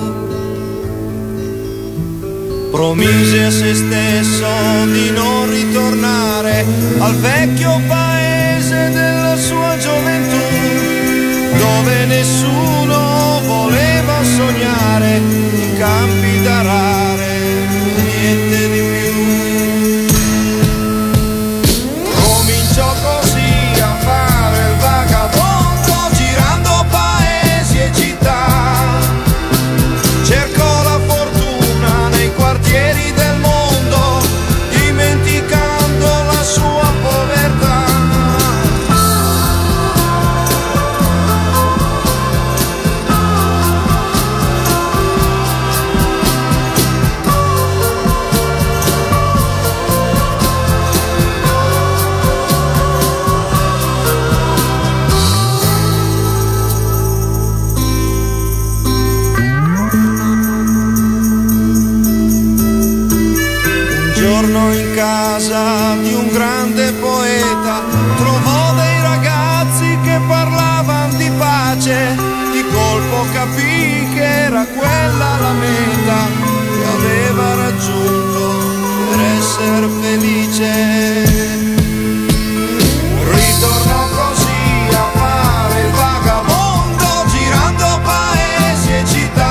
Promise a se stesso di non ritornare al vecchio paese della sua gioventù, dove nessuno voleva sognare in campi d'arare, niente di più. Cominciò così a fare il vagabondo, girando paesi e città, cercò la fortuna nei quartieri del mondo, dimenticando la sua povertà. In casa di un grande poeta trovò dei ragazzi che parlavano di pace, di colpo capì che era quella la meta che aveva raggiunto per essere felice. Ritornò così a fare il vagabondo, girando paesi e città,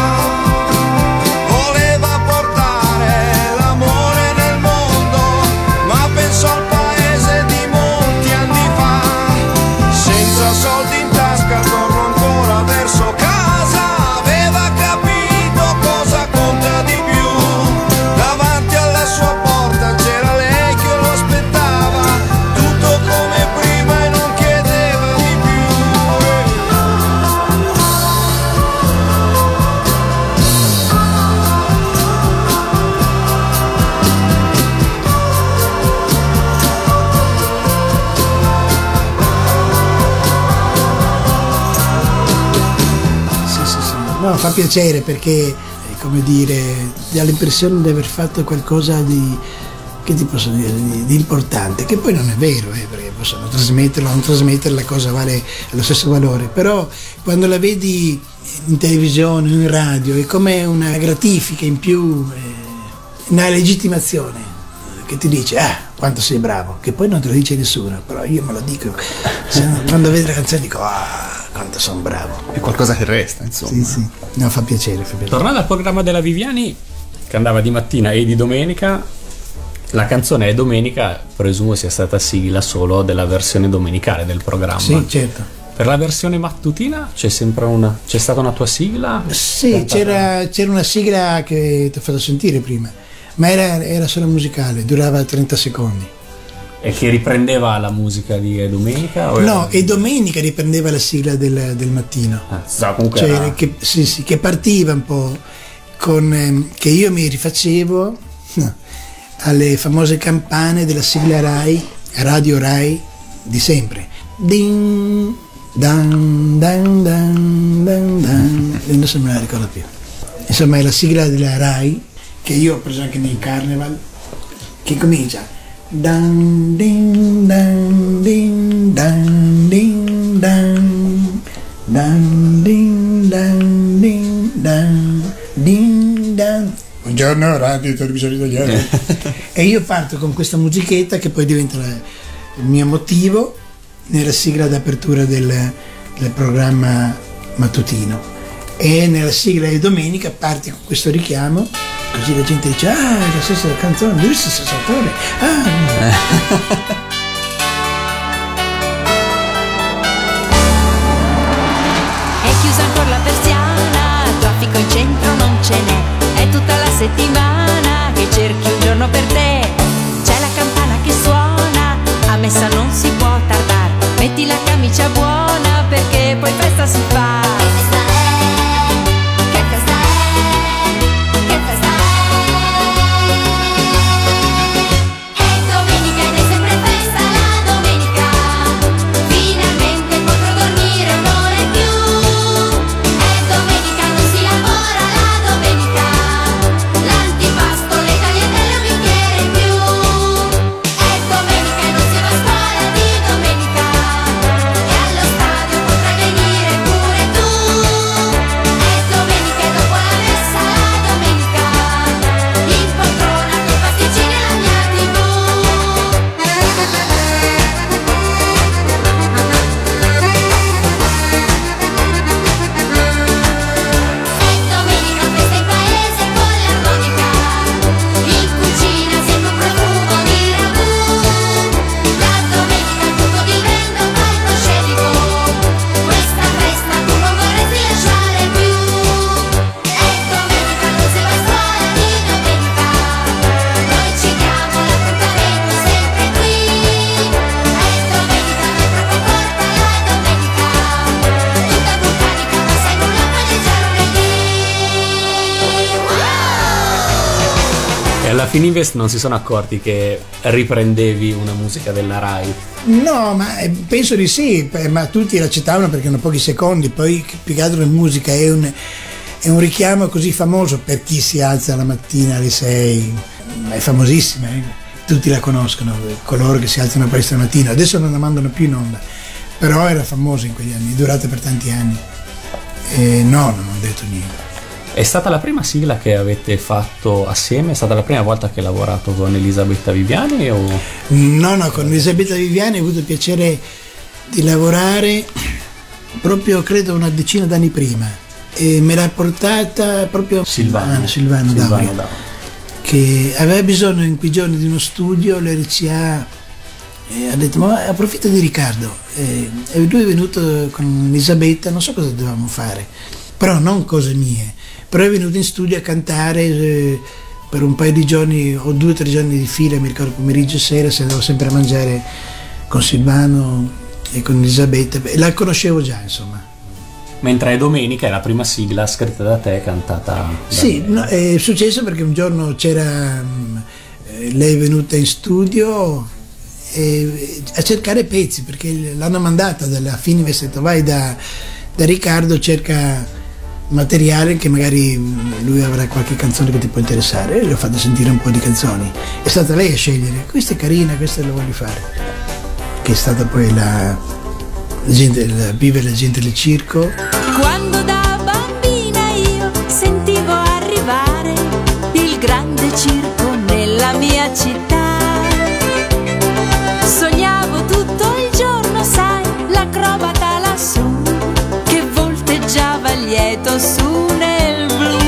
voleva portare l'amore nel mondo, ma pensò al paese di molti anni fa. Senza soldi in tasca tornò ancora verso casa, aveva capito cosa conta di più. Davanti alla sua porta fa piacere perché, eh, come dire, dà l'impressione di aver fatto qualcosa di, che ti posso dire, di, di importante, che poi non è vero, eh, perché possono trasmetterlo o non trasmettere, la cosa vale lo stesso valore, però quando la vedi in televisione, in radio, è come una gratifica in più, eh, una legittimazione che ti dice ah quanto sei bravo, che poi non te lo dice nessuno, però io me lo dico. Se, quando vedo la canzone dico ah quanto sono bravo, È qualcosa che resta, insomma. sì sì, no, fa piacere, fa piacere. Tornando al programma della Viviani, che andava di mattina e di domenica, la canzone È Domenica presumo sia stata sigla solo della versione domenicale del programma. Sì, certo. Per la versione mattutina c'è sempre una c'è stata una tua sigla? Sì, Cantata- c'era, c'era una sigla che ti ho fatto sentire prima, ma era, era solo musicale, durava trenta secondi. E che riprendeva la musica di È Domenica? O No, era- e domenica riprendeva la sigla del, del mattino. Ah, sa, comunque Cioè, era- che, sì, sì, che partiva un po' con ehm, che io mi rifacevo no, alle famose campane della sigla Rai, Radio Rai di sempre. Ding, dan, dan, dan, dan, dan. Adesso non me la ricordo più. Insomma, è la sigla della Rai che io ho preso anche nei Carnival, che comincia dan, ding, dan, ding, dan, ding, dan, dan, ding, dan, ding, dan, ding, dan. Buongiorno Radio Televisione Italiana. E io parto con questa musichetta che poi diventa la- il mio motivo nella sigla d'apertura del, del programma mattutino, e nella sigla di domenica parti con questo richiamo, così la gente dice ah è la stessa canzone, lui è lo stesso autore, ah. È chiusa ancora la persiana, traffico in centro non ce n'è. È tutta la settimana che cerchi un giorno per te. C'è la campana che suona, a messa non si può tardare. Metti la camicia buona perché poi festa si fa. Che festa è? Che festa è? Che festa è? È domenica ed è sempre festa la domenica. Finalmente potrò dormire un'ora in più. È domenica, non si lavora la domenica. L'antipasto, le tagliatelle, un bicchiere in più. È domenica e non si va a scuola di domenica. E allo stadio potrai venire pure tu. È domenica e dopo la messa la domenica. In poltrona con pasticcini e la mia tivù. È domenica, festa in paese con l'armonica. In cucina sempre un profumo di ragù. La domenica tutto diventa un palcoscenico. Questa festa tu non vorresti lasciare più. È domenica, non si va a scuola di domenica. Noi ci diamo l'appuntamento sempre qui. È domenica, non è troppo corta la domenica. Tutta vulcanica ma sai nulla puoi già lunedì. E alla Fininvest non si sono accorti che riprendevi una musica della Rai? No, ma eh, penso di sì, eh, ma tutti l'accettavano perché erano pochi secondi, poi più che altro la musica è un, è un richiamo così famoso per chi si alza la mattina alle sei, è famosissima, eh. Tutti la conoscono, eh, coloro che si alzano presto la mattina, adesso non la mandano più in onda, però era famosa in quegli anni, è durata per tanti anni. E no, non ho detto niente. È stata la prima sigla che avete fatto assieme? È stata la prima volta che hai lavorato con Elisabetta Viviani? O... No, no, con Elisabetta Viviani ho avuto il piacere di lavorare proprio credo una decina d'anni prima, e me l'ha portata proprio Silvano, ah, Silvano, Silvano Dauria, Dauria. che aveva bisogno in quei giorni di uno studio, l'R C A e ha detto ma approfitto di Riccardo, e, e lui è venuto con Elisabetta, non so cosa dovevamo fare, però non cose mie, però è venuto in studio a cantare eh, per un paio di giorni o due o tre giorni di fila, mi ricordo pomeriggio e sera, se andavo sempre a mangiare con Silvano e con Elisabetta, e la conoscevo già insomma. Mentre È Domenica è la prima sigla scritta da te e cantata da Sì, me. no, è successo perché un giorno c'era mh, eh, lei è venuta in studio e, a cercare pezzi perché l'hanno mandata dalla Fininvest, ha detto vai da, da Riccardo, cerca materiale che magari lui avrà qualche canzone che ti può interessare, e le ho fatte sentire un po' di canzoni. È stata lei a scegliere, questa è carina, questa la voglio fare, che è stata poi la, la gente, la vivere la gente del circo. Quando da bambina io sentivo arrivare il grande circo nella mia città, sognavo tutto il giorno, sai, l'acrobata lassù che volteggiava lieto su nel blu.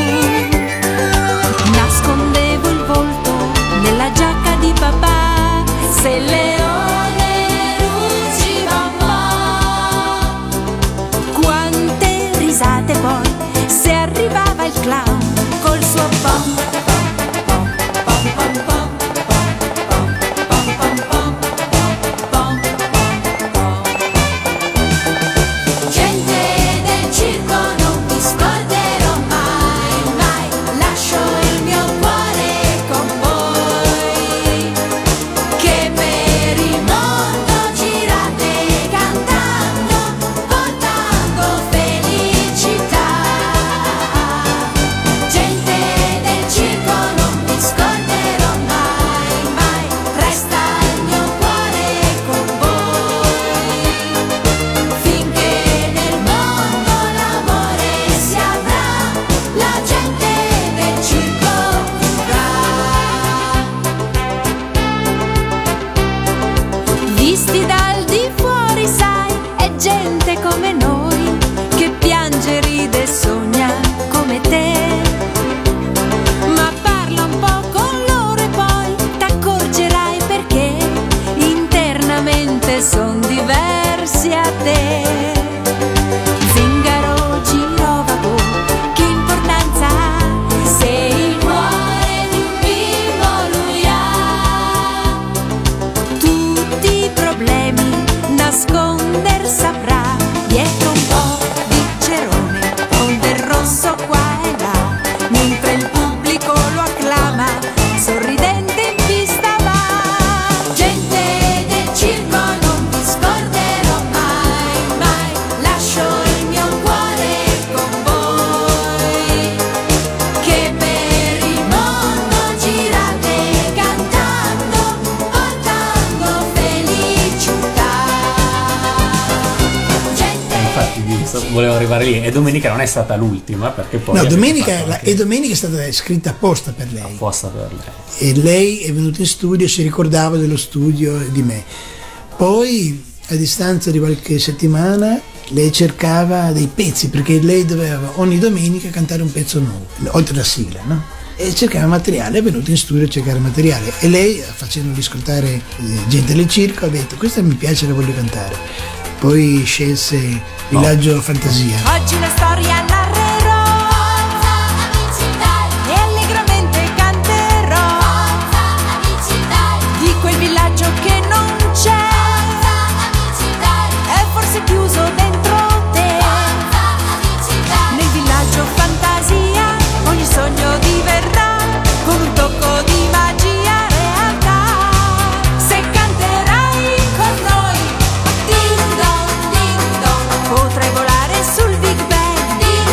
Nascondevo il volto nella giacca di papà, se il leone ruggiva un po'. Quante risate poi se arrivava il clown col suo pom. Visti dal di fuori, sai, è gente come noi che piange, ride e sogna come te. Ma parla un po' con loro e poi t'accorgerai perché internamente son diversi a te. Zingaro, girovago, che importanza ha se il cuore di un bimbo lui ha? Tutti i problemi nasconder saprà dietro un po' di cerone con del rosso qua e là, mentre il pubblico lo acclama sorridente in pista va. Gente del circo non vi scorderò mai, mai, lascio il mio cuore con voi, che per il mondo girate cantando, portando felicità. Gente Infatti vi- sto- volevo arrivare lì. E Domenica non è stata l'ultima, perché poi No, avete domenica, fatto la, anche e domenica è stata scritta apposta per lei. apposta per lei. E lei è venuta in studio e si ricordava dello studio e di me. Poi, a distanza di qualche settimana, lei cercava dei pezzi, perché lei doveva ogni domenica cantare un pezzo nuovo, oltre la sigla, no? E cercava materiale, è venuta in studio a cercare materiale. E lei, facendogli ascoltare eh, gente del circo, ha detto: questa mi piace, la voglio cantare. Poi scelse Villaggio Fantasia. oggi una storia narrerò e allegramente canterò di quel villaggio che non c'è, è forse chiuso dentro te. Nel villaggio fantasia ogni sogno diverrà con un tocco di magia realtà. Se canterai con noi, ding dong, ding dong, potrai volare sul Big Bang. Ding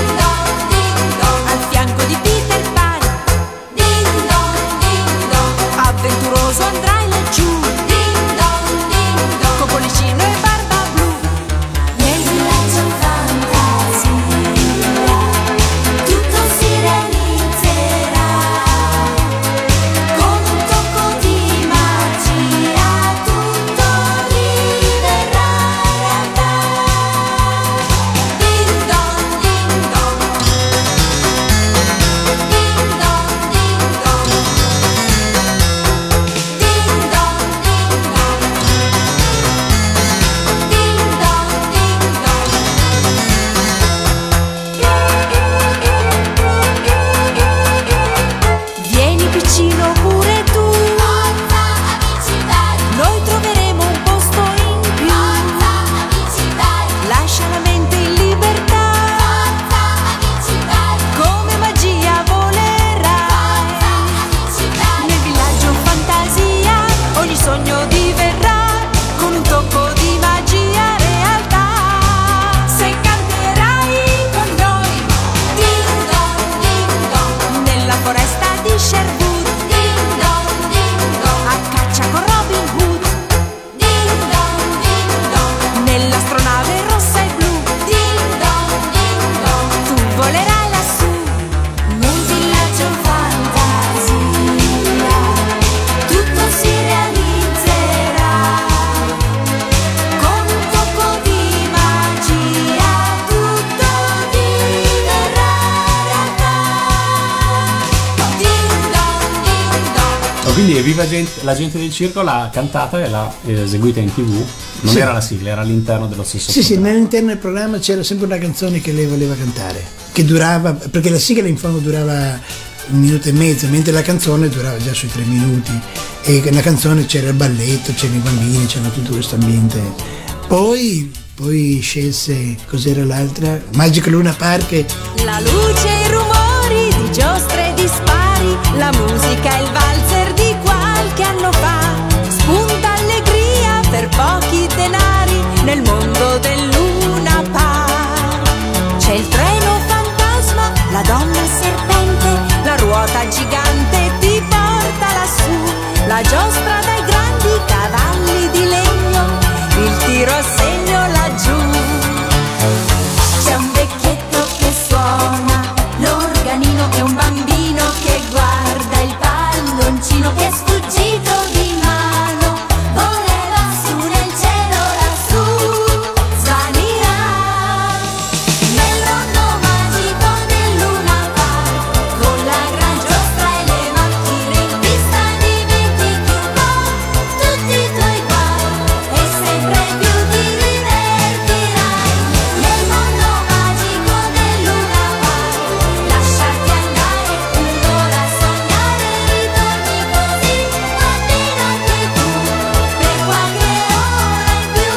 e Viva gente, la gente del circo l'ha cantata e l'ha eseguita in tv. Non Sì. era la sigla, era all'interno dello stesso Sì, sì, programma. nell'interno del programma c'era sempre una canzone che lei voleva cantare, che durava, perché la sigla in fondo durava un minuto e mezzo, mentre la canzone durava già sui tre minuti. E nella canzone c'era il balletto, c'erano i bambini, c'era tutto questo ambiente. Poi, poi scelse, cos'era l'altra? Magic Luna Park. La luce e i rumori di giostre e di spari, la musica e il valzer di qualche anno fa. Spunta allegria per pochi denari nel mondo del Luna Park. C'è il treno fantasma, la donna serpente, la ruota gigante ti porta lassù, la giostra dai grandi cavalli di legno, il tiro a segno laggiù. C'è un vecchietto che suona l'organino e un bambino che guarda il palloncino che è sfuggito di mano, voleva su nel cielo lassù, svanirà nel mondo magico del Luna Park, con la gran giostra e le macchine in pista dimentichi un po' tutti i tuoi guai e sempre più ti divertirai nel mondo magico del Luna Park. Lasciati andare un'ora a sognare, ritorni così, bambino anche tu, per qualche ora in più.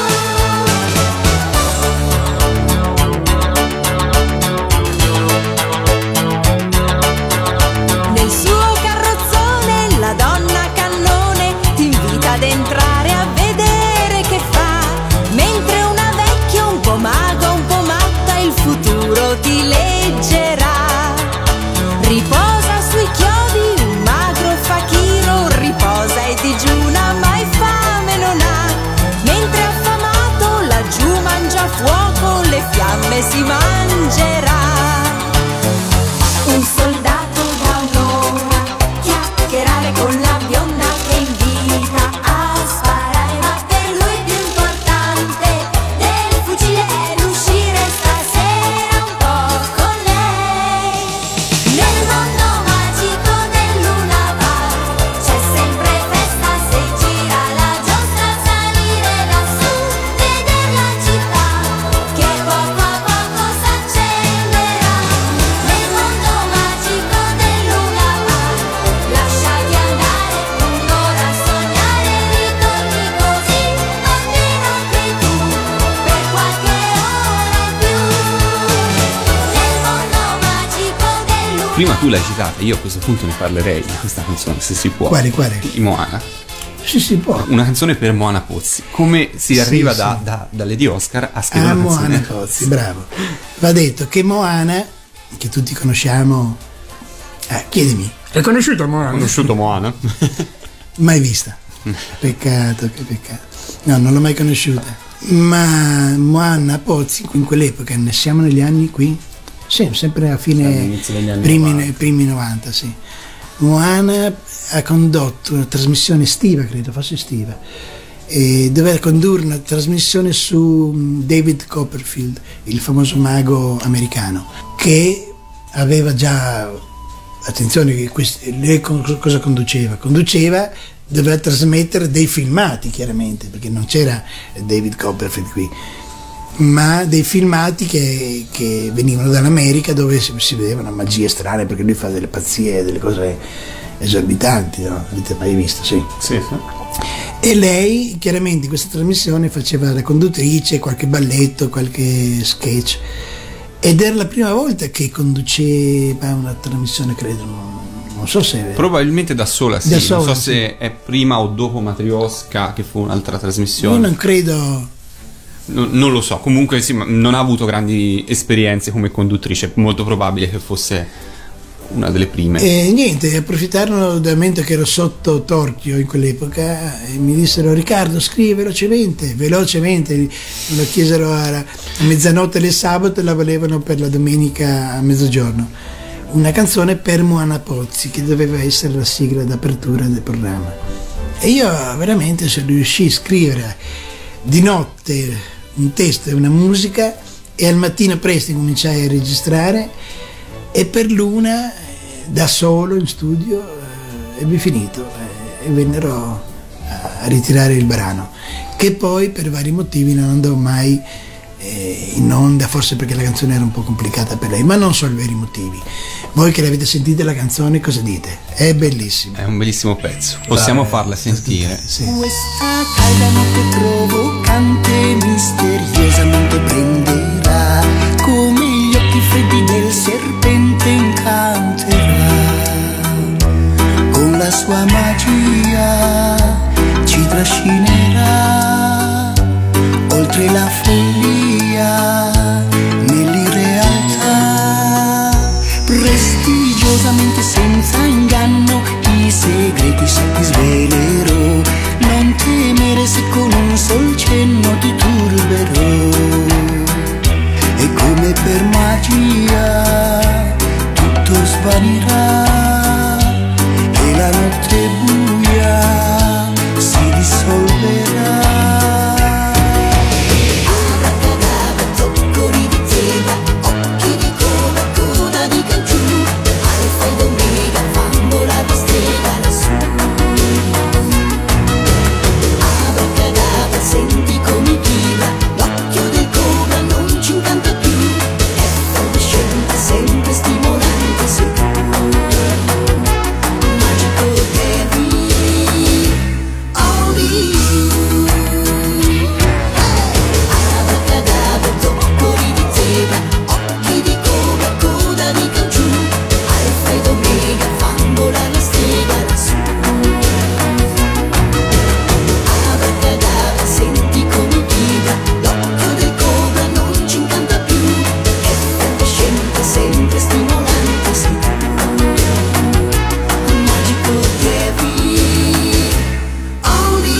Nel suo carrozzone la donna cannone ti invita ad entrare a vedere che fa, mentre una vecchia un po' maga, un po' matta il futuro ti leggerà. Riposa sui chiodi un magro fakiro, riposa e digiuna mai fame non ha, mentre affamato laggiù mangia fuoco, le fiamme si mangerà. Un soldato da un'ora chiacchierare con la bionda che invita a sparare, ma per lui più importante del fucile è l'uscire stasera un po' con lei. Nel mondo magico del Luna Park c'è sempre festa se gira la giostra, salire lassù, vedere la città che poco a poco s'accenderà. Nel mondo magico del Luna Park lasciati andare un'ora a sognare, ritorni così, bambino anche tu, per qualche ora in più. Nel mondo magico del Luna Prima tu l'hai citata, io a questo punto ne parlerei di questa canzone, se si può. Quale, quale? Di Moana. Sì, si può. Una canzone per Moana Pozzi. Come si Sì, arriva sì. Da, da, da Lady Oscar a scrivere Ah, una canzone? Moana Pozzi, bravo. Va detto che Moana, che tutti conosciamo, eh, chiedimi, hai conosciuto Ho Moana? conosciuto Moana. Mai vista. Peccato, che peccato. No, non l'ho mai conosciuta. Ma Moana Pozzi, in quell'epoca, ne siamo negli anni qui? Sì, sempre a fine All'inizio degli anni primi, novanta. primi novanta, sì. Moana ha condotto una trasmissione estiva, credo fosse estiva, e doveva condurre una trasmissione su mm, David Copperfield, il famoso mago americano, che aveva già, attenzione, che questi- lei con- cosa conduceva? Conduceva, doveva trasmettere dei filmati, chiaramente, perché non c'era David Copperfield qui, ma dei filmati che, che venivano dall'America, dove si, si vedevano magie strane, perché lui fa delle pazzie, delle cose esorbitanti, no? Avete mai visto? Sì. Sì, sì. E lei chiaramente in questa trasmissione faceva la conduttrice, qualche balletto, qualche sketch, ed era la prima volta che conduceva una trasmissione, credo, non, non so se... Probabilmente da sola, sì. Da non sola, so sì. se è prima o dopo Matrioska, che fu un'altra trasmissione. Io non credo... No- non lo so, comunque sì, ma non ha avuto grandi esperienze come conduttrice, molto probabile che fosse una delle prime. E niente, approfittarono dal momento che ero sotto torchio in quell'epoca e mi dissero: Riccardo, scrivi velocemente, velocemente. Me lo chiesero a, a mezzanotte del sabato e la volevano per la domenica a mezzogiorno. Una canzone per Moana Pozzi, che doveva essere la sigla d'apertura del programma. E io veramente se riuscii a scrivere di notte un testo e una musica, e al mattino presto cominciai a registrare, e per l'una, eh, da solo in studio, eh, ebbe finito. e vennero a ritirare il brano, che poi per vari motivi non andò mai eh, in onda, forse perché la canzone era un po' complicata per lei, ma non sono i veri motivi. Voi che l'avete sentita la canzone, cosa dite? È bellissima. È un bellissimo pezzo, possiamo farla sentire. Sì. Questa calda notte provocante misteriosamente prenderà, come gli occhi freddi del serpente incanterà, con la sua magia ci trascinerà oltre la follia nell'irrealtà, prestigiosamente senza inganno i segreti se ti svelerò, non temere se con un sol cenno ti turberò, e come per magia tutto svanirà e la notte buia si dissolverà. Abracadabra, zoccoli di zebra, occhi di coda, coda di canciù, alfa ed omega, bambola di strega lassù. Abracadabra, senti come vibra, l'occhio del cobra non ci incanta più, è effervescente, sempre stimolante, sì. Magico Heavy, only you. Abracadabra, zoccoli di zebra, occhi di cobra, coda di canciù, alfa ed omega, bambola la strega lassù. Abracadabra, senti come vibra, l'occhio del cobra non ci incanta più, è effervescente, sempre stimolante, sì. Magico Heavy, only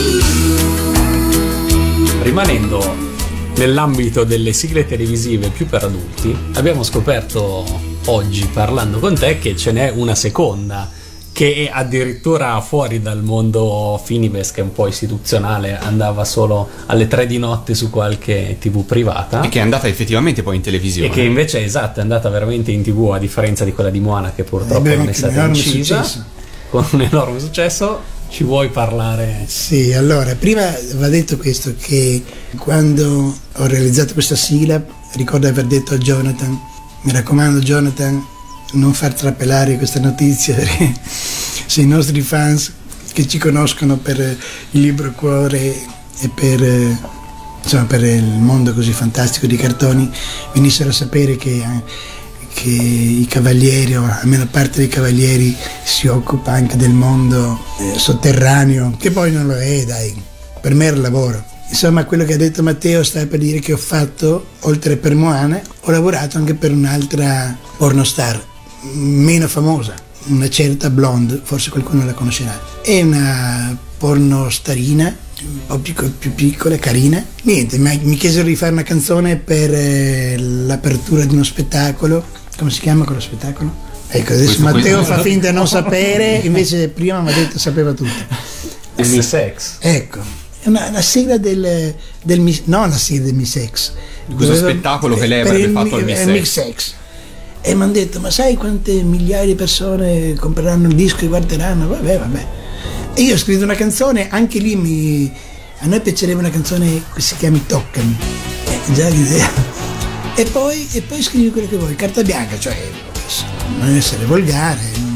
you. Rimanendo nell'ambito delle sigle televisive più per adulti, abbiamo scoperto oggi, parlando con te, che ce n'è una seconda che è addirittura fuori dal mondo Finibes, che è un po' istituzionale, andava solo alle tre di notte su qualche tv privata, E che è andata effettivamente poi in televisione. e che invece, esatto, è andata veramente in tv, a differenza di quella di Moana, che purtroppo Ebbe non è anche stata un enorme incisa, successo. con un enorme successo. Ci vuoi parlare? Sì, allora, prima va detto questo, che quando ho realizzato questa sigla ricordo aver detto a Jonathan: mi raccomando Jonathan, non far trapelare questa notizia, perché se i nostri fans che ci conoscono per il libro Cuore e per, eh, insomma, per il mondo così fantastico di cartoni venissero a sapere che, eh, che i Cavalieri, o almeno parte dei Cavalieri, si occupa anche del mondo eh, sotterraneo, che poi non lo è, dai, per me era lavoro. Insomma, quello che ha detto Matteo sta per dire che ho fatto, oltre per Moana, ho lavorato anche per un'altra pornostar meno famosa, una certa Blonde, forse qualcuno la conoscerà. È una pornostarina un po' più, più piccola, carina. Niente, mi, mi chiesero di fare una canzone per eh, l'apertura di uno spettacolo. Come si chiama quello spettacolo? Ecco, adesso Questo- Matteo questo- fa finta di non sapere, invece prima mi ha detto sapeva tutto. Il Miss X. Ecco, è una, la sigla del, del Miss- no, la sigla del Miss X. Di questo Doveva- spettacolo che lei per avrebbe il fatto al mi- Miss eh, Mix X. E mi hanno detto: ma sai quante migliaia di persone compreranno il disco e guarderanno? Vabbè, vabbè. E io ho scritto una canzone, anche lì mi, a noi piacerebbe una canzone che si chiami Toccami. Eh, già l'idea. E poi, e poi scrivi quello che vuoi, carta bianca, cioè non essere volgare.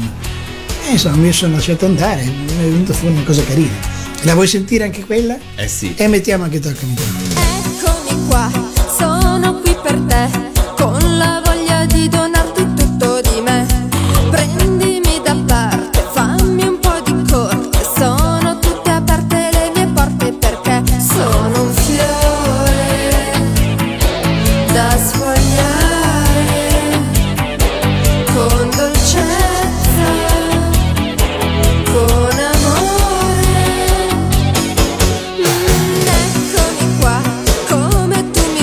E insomma, mi sono lasciato andare, mi è venuta fuori una cosa carina. La vuoi sentire anche quella? Eh sì. E mettiamo anche Toccami. Eccomi qua, sono qui per te, con la voglia di donarti tutto di me. Prendimi da parte, fammi un po' di corte, sono tutte aperte le mie porte, perché sono un fiore da sfogliare con dolcezza, con amore. Mm, eccomi qua, come tu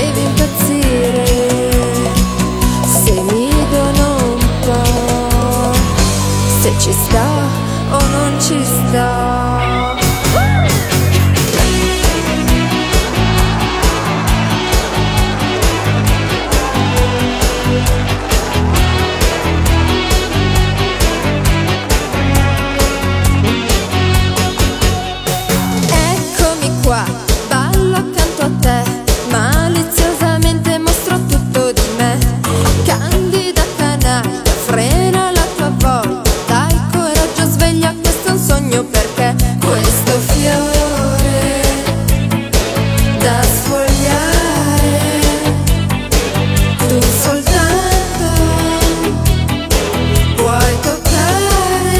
devi impazzire se mi dono un po', se ci sta o non ci sta. Eccomi qua, ballo accanto a te, maliziosamente mostro tutto di me. Candida canaglia, frena la tua voglia, dai coraggio, sveglia, questo è un sogno per te. Questo fiore da sfogliare, tu soltanto puoi toccare.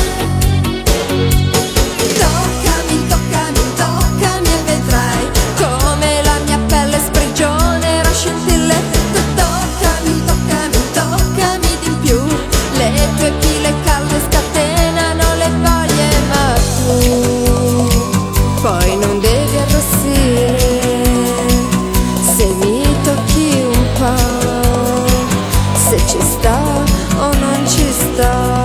Toccami, toccami, toccami e vedrai come la mia pelle sprigionerà scintille. Toccami, toccami, toccami di più, le tue pile calde scatenano le voglie, ma tu poi non devi arrossire se mi tocchi un po', se ci sta o non ci sta.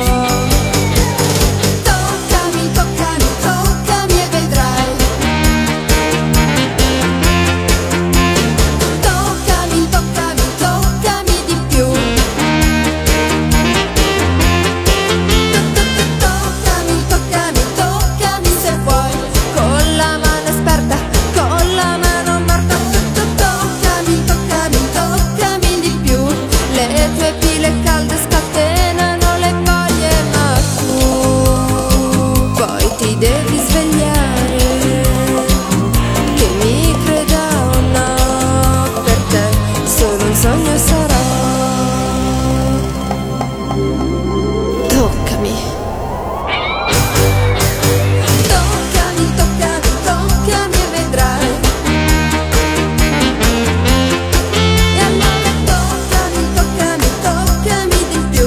Toccami, toccami, toccami e vedrai. Toccami, toccami, toccami di più. Toccami, toccami, toccami se vuoi, con la mano esperta, con la mano morta. Toccami, toccami, toccami di più, le tue pile calde scatenano le voglie, ma tu poi ti devi svegliare, che mi creda o no, per te solo un sogno sarà. Toccami. Toccami, toccami, toccami e vedrai. E allora toccami, toccami, toccami di più.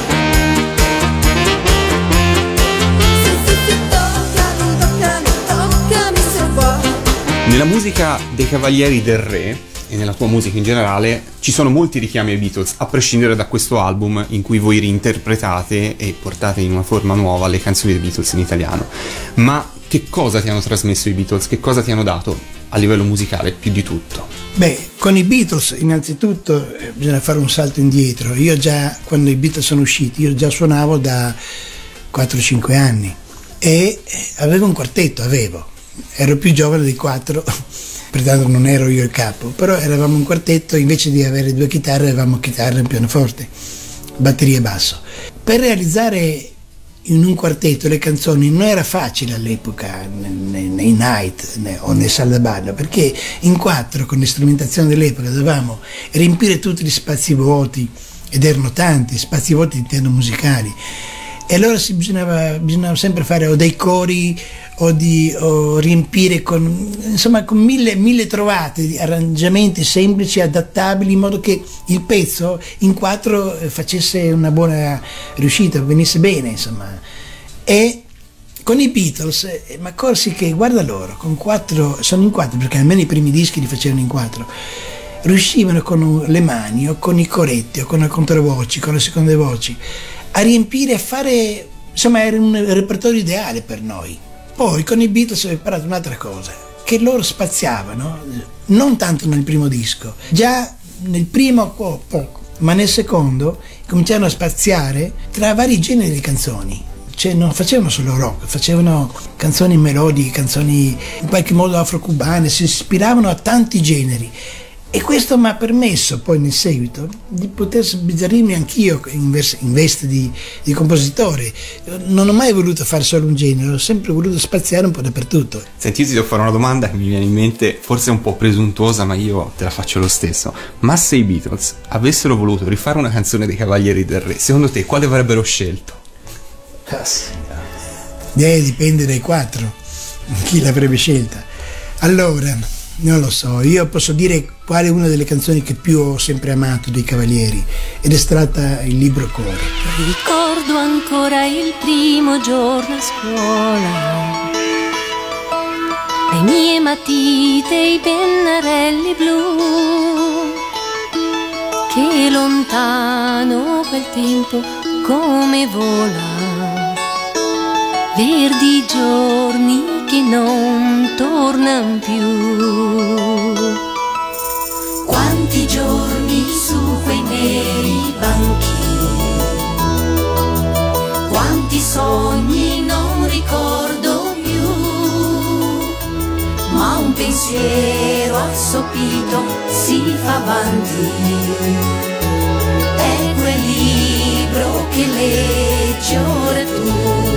Sì, sì, sì, toccami, toccami, toccami se vuoi. Nella musica dei Cavalieri del Re e nella tua musica in generale ci sono molti richiami ai Beatles, a prescindere da questo album in cui voi reinterpretate e portate in una forma nuova le canzoni dei Beatles in italiano. Ma che cosa ti hanno trasmesso i Beatles? Che cosa ti hanno dato a livello musicale più di tutto? Beh, con i Beatles innanzitutto eh, bisogna fare un salto indietro. Io già, quando i Beatles sono usciti, io già suonavo da quattro cinque anni e eh, avevo un quartetto, avevo. Ero più giovane dei quattro, pertanto non ero io il capo, però eravamo un quartetto, invece di avere due chitarre avevamo chitarra e un pianoforte, batteria e basso. Per realizzare in un quartetto le canzoni non era facile all'epoca nei, nei night nei, o nei sale da ballo, perché in quattro con le strumentazioni dell'epoca dovevamo riempire tutti gli spazi vuoti, ed erano tanti spazi vuoti intendo musicali, e allora si bisognava, bisognava sempre fare o dei cori o di o riempire con insomma con mille, mille trovate di arrangiamenti semplici, adattabili, in modo che il pezzo in quattro facesse una buona riuscita, venisse bene, insomma. E con i Beatles eh, mi accorsi che, guarda loro, con quattro, sono in quattro perché almeno i primi dischi li facevano in quattro, riuscivano con le mani o con i coretti o con le controvoci, con le seconde voci a riempire, a fare, insomma era un repertorio ideale per noi. Poi con i Beatles ho imparato un'altra cosa, che loro spaziavano, non tanto nel primo disco, già nel primo poco, ma nel secondo cominciarono a spaziare tra vari generi di canzoni. Cioè non facevano solo rock, facevano canzoni melodiche, canzoni in qualche modo afro-cubane, si ispiravano a tanti generi. E questo mi ha permesso poi nel seguito di poter sbizzarrirmi anch'io in, vers- in veste di, di compositore. Non ho mai voluto fare solo un genere, ho sempre voluto spaziare un po' dappertutto. Senti, io ti devo fare una domanda che mi viene in mente, forse un po' presuntuosa, ma io te la faccio lo stesso. Ma se i Beatles avessero voluto rifare una canzone dei Cavalieri del Re, secondo te quale avrebbero scelto? Eh, dipende dai quattro, chi l'avrebbe scelta. Allora, non lo so, io posso dire qual è una delle canzoni che più ho sempre amato dei Cavalieri, ed è stata Il Libro Cuore. Ricordo ancora il primo giorno a scuola, le mie matite, i pennarelli blu, che lontano quel tempo come vola, verdi giorni che non tornan più. Quanti giorni su quei neri banchi, quanti sogni non ricordo più, ma un pensiero assopito si fa avanti, è quel libro che leggi ora tu.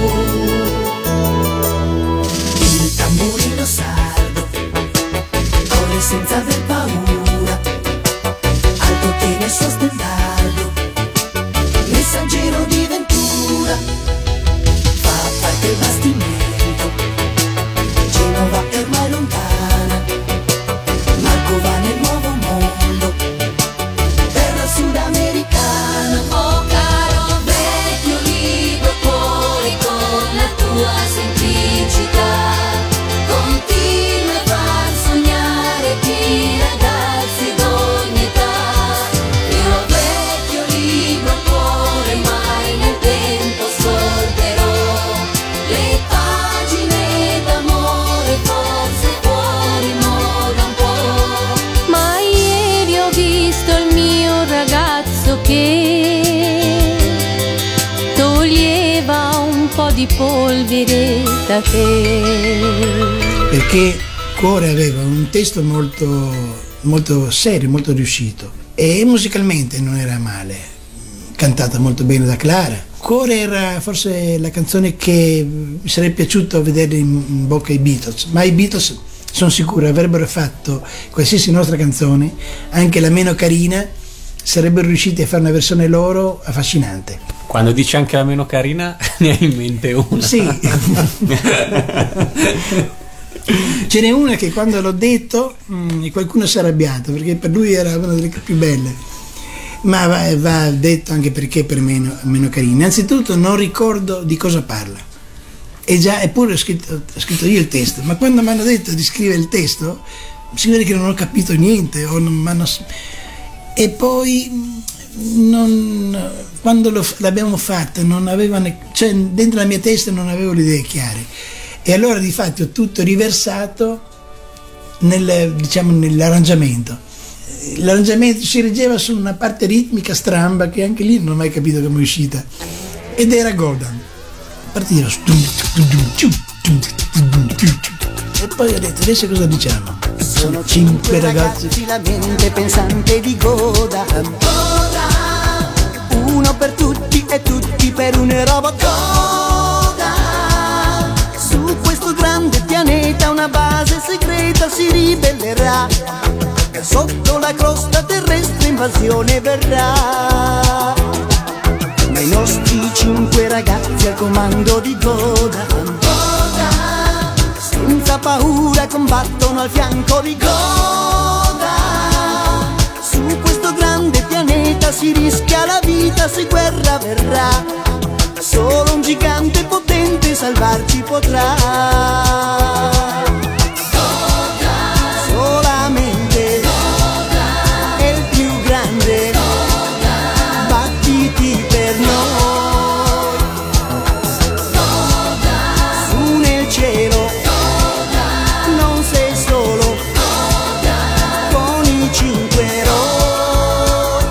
Il tamburino sardo corre senza aver paura, al potere il suo stendardo, messaggero di ventura, fa parte il bastimento, Genova è ormai lontana, Marco va nel nuovo mondo, terra sudamericana. Oh caro vecchio libro, cuore con la tua semplicità, continua a far sognare chi ragazzi d'ogni età. Io vecchio libro, cuore, mai nel vento solderò le pagine d'amore, forse fuori moda un po'. Ma ieri ho visto il mio ragazzo che toglieva un po' di polvere da te. Perché Cuore aveva un testo molto, molto serio, molto riuscito, e musicalmente non era male, cantata molto bene da Clara. Cuore era forse la canzone che mi sarebbe piaciuto vedere in, in bocca ai Beatles, ma i Beatles sono sicuro avrebbero fatto qualsiasi nostra canzone, anche la meno carina, sarebbero riusciti a fare una versione loro affascinante. Quando dici anche la meno carina, ne hai in mente una. Sì. Ce n'è una che quando l'ho detto mh, qualcuno si è arrabbiato, perché per lui era una delle più belle, ma va, va detto anche perché per me è meno carina. Innanzitutto non ricordo di cosa parla, e già, eppure ho scritto, ho scritto io il testo, ma quando mi hanno detto di scrivere il testo si vede che non ho capito niente, o non m'hanno... e poi non, quando lo, l'abbiamo fatta non aveva ne, cioè dentro la mia testa non avevo le idee chiare, e allora di fatto ho tutto riversato nel, diciamo, nell'arrangiamento. L'arrangiamento si reggeva su una parte ritmica stramba che anche lì non ho mai capito come è uscita, ed era Godan. Partiva e poi ho detto adesso cosa diciamo? Sono cinque ragazzi, la mente pensante di Godan. Uno per tutti e tutti per un robot. Godan. Su questo grande pianeta una base segreta si ribellerà, e sotto la crosta terrestre invasione verrà. Ma i nostri cinque ragazzi al comando di Godan, senza paura combattono al fianco di Godan. Su questo grande pianeta si rischia la vita se guerra verrà, solo un gigante potente salvarci potrà. Godan, solamente Godan è il più grande. Godan, battiti per noi. Godan, su nel cielo non sei solo con i cinque eroi.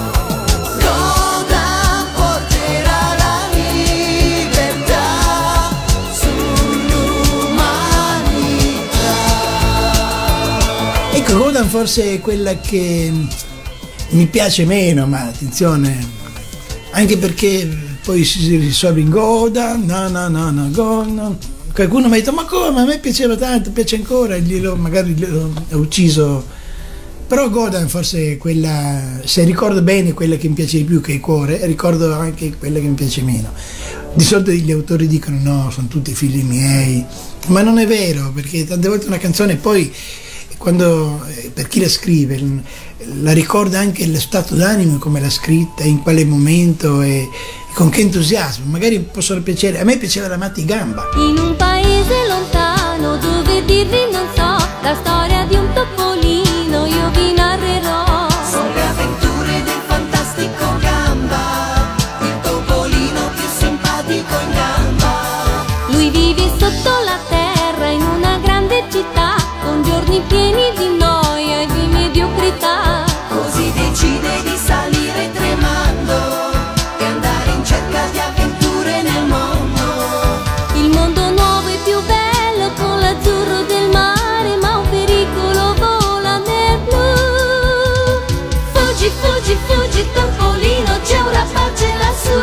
Godan porterà la libertà sull'umanità. Ecco, Godan forse è quella che mi piace meno, ma attenzione, anche perché poi si risolve in Godan, no no no no Godan. Qualcuno mi ha detto ma come, a me piaceva tanto, piace ancora, e glielo, magari glielo ho ucciso. Però Godan forse è quella, se ricordo bene, quella che mi piace di più, che è Cuore, ricordo anche quella che mi piace meno. Di solito gli autori dicono no, sono tutti figli miei, ma non è vero, perché tante volte una canzone poi, quando, per chi la scrive, la ricorda anche lo stato d'animo, come l'ha scritta, in quale momento e con che entusiasmo. Magari possono piacere, a me piaceva la Matti Gamba. In un paese lontano lontano dove dirvi non so, la storia di un topolino io vi narrerò. Sono le avventure del fantastico Gamba, il topolino più simpatico in gamba. Lui vive sotto la terra in una grande città, con giorni pieni di noia e di mediocrità. Così decide di salire tremando e andare in cerca di avventure nel mondo. Il mondo nuovo è più bello con l'azzurro del mare, ma un pericolo vola nel blu. Fuggi, fuggi, fuggi topolino, c'è un rapace lassù.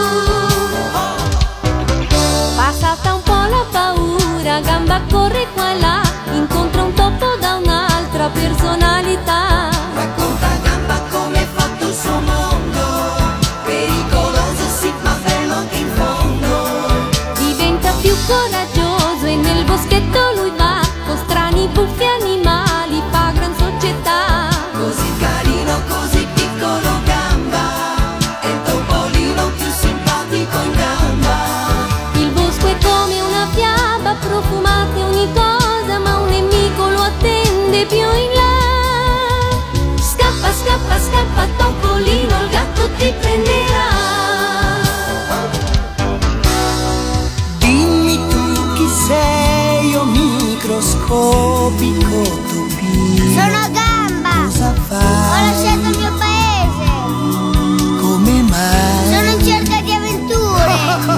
Passata un po' la paura, Gamba corre qua e là, incontra un topo da un'altra personalità. Racconta Gamba come è fatto il suo mondo, pericoloso sì ma bello anche in fondo. Diventa più coraggioso e nel boschetto lui va, con strani buffi animali fa gran società. Così carino, così piccolo Gamba, è il topolino più simpatico in gamba. Il bosco è come una fiaba profumata ogni cosa, ma un nemico lo attende più in là. Scappa, scappa, scappa topolino, il gatto ti prenderà. Dimmi tu chi sei, o microscopico topino. Sono Gamba. Cosa Ho fai? lasciato il mio paese. Come mai? Sono in cerca di avventure.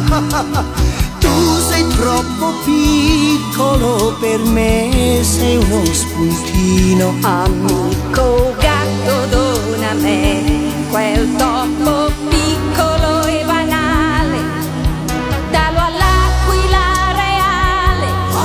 Tu sei troppo piccolo per me, sei uno spuntino. Amico gatto, dona a me quel topo piccolo e banale, dallo all'aquila reale.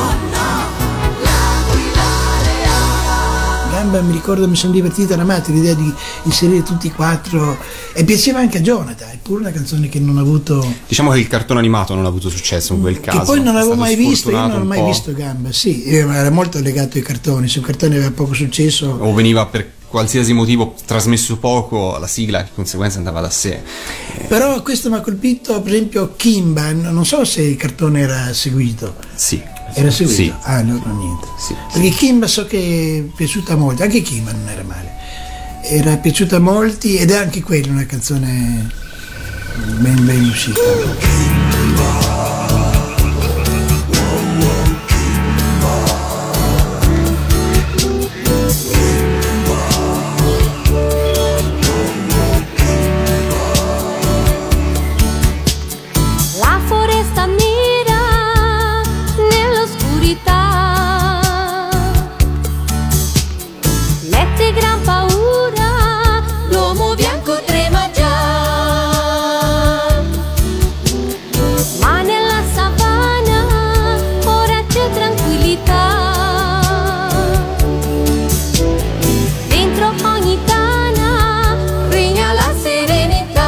Gamba, mi ricordo, mi sono divertito, era matta l'idea di inserire tutti e quattro, e piaceva anche a Jonathan, eppure una canzone che non ha avuto, Diciamo che il cartone animato non ha avuto successo in quel caso. che poi non È avevo stato mai visto, io non sfortunato ho un mai po'. visto Gamba, sì, io era molto legato ai cartoni, se un cartone aveva poco successo, O veniva per qualsiasi motivo trasmesso poco, la sigla di conseguenza andava da sé. però questo mi ha colpito, per esempio Kimba, non so se il cartone era seguito. Sì. Era seguito? Sì. Ah, no, no, niente. Sì. Perché Kimba so che è piaciuta molto, anche Kimba non era male. Era piaciuta a molti ed è anche quella una canzone ben, ben uscita. La foresta nera nell'oscurità mette gran paura, l'uomo bianco trema già. Ma nella savana ora c'è tranquillità. Dentro ogni tana regna la serenità.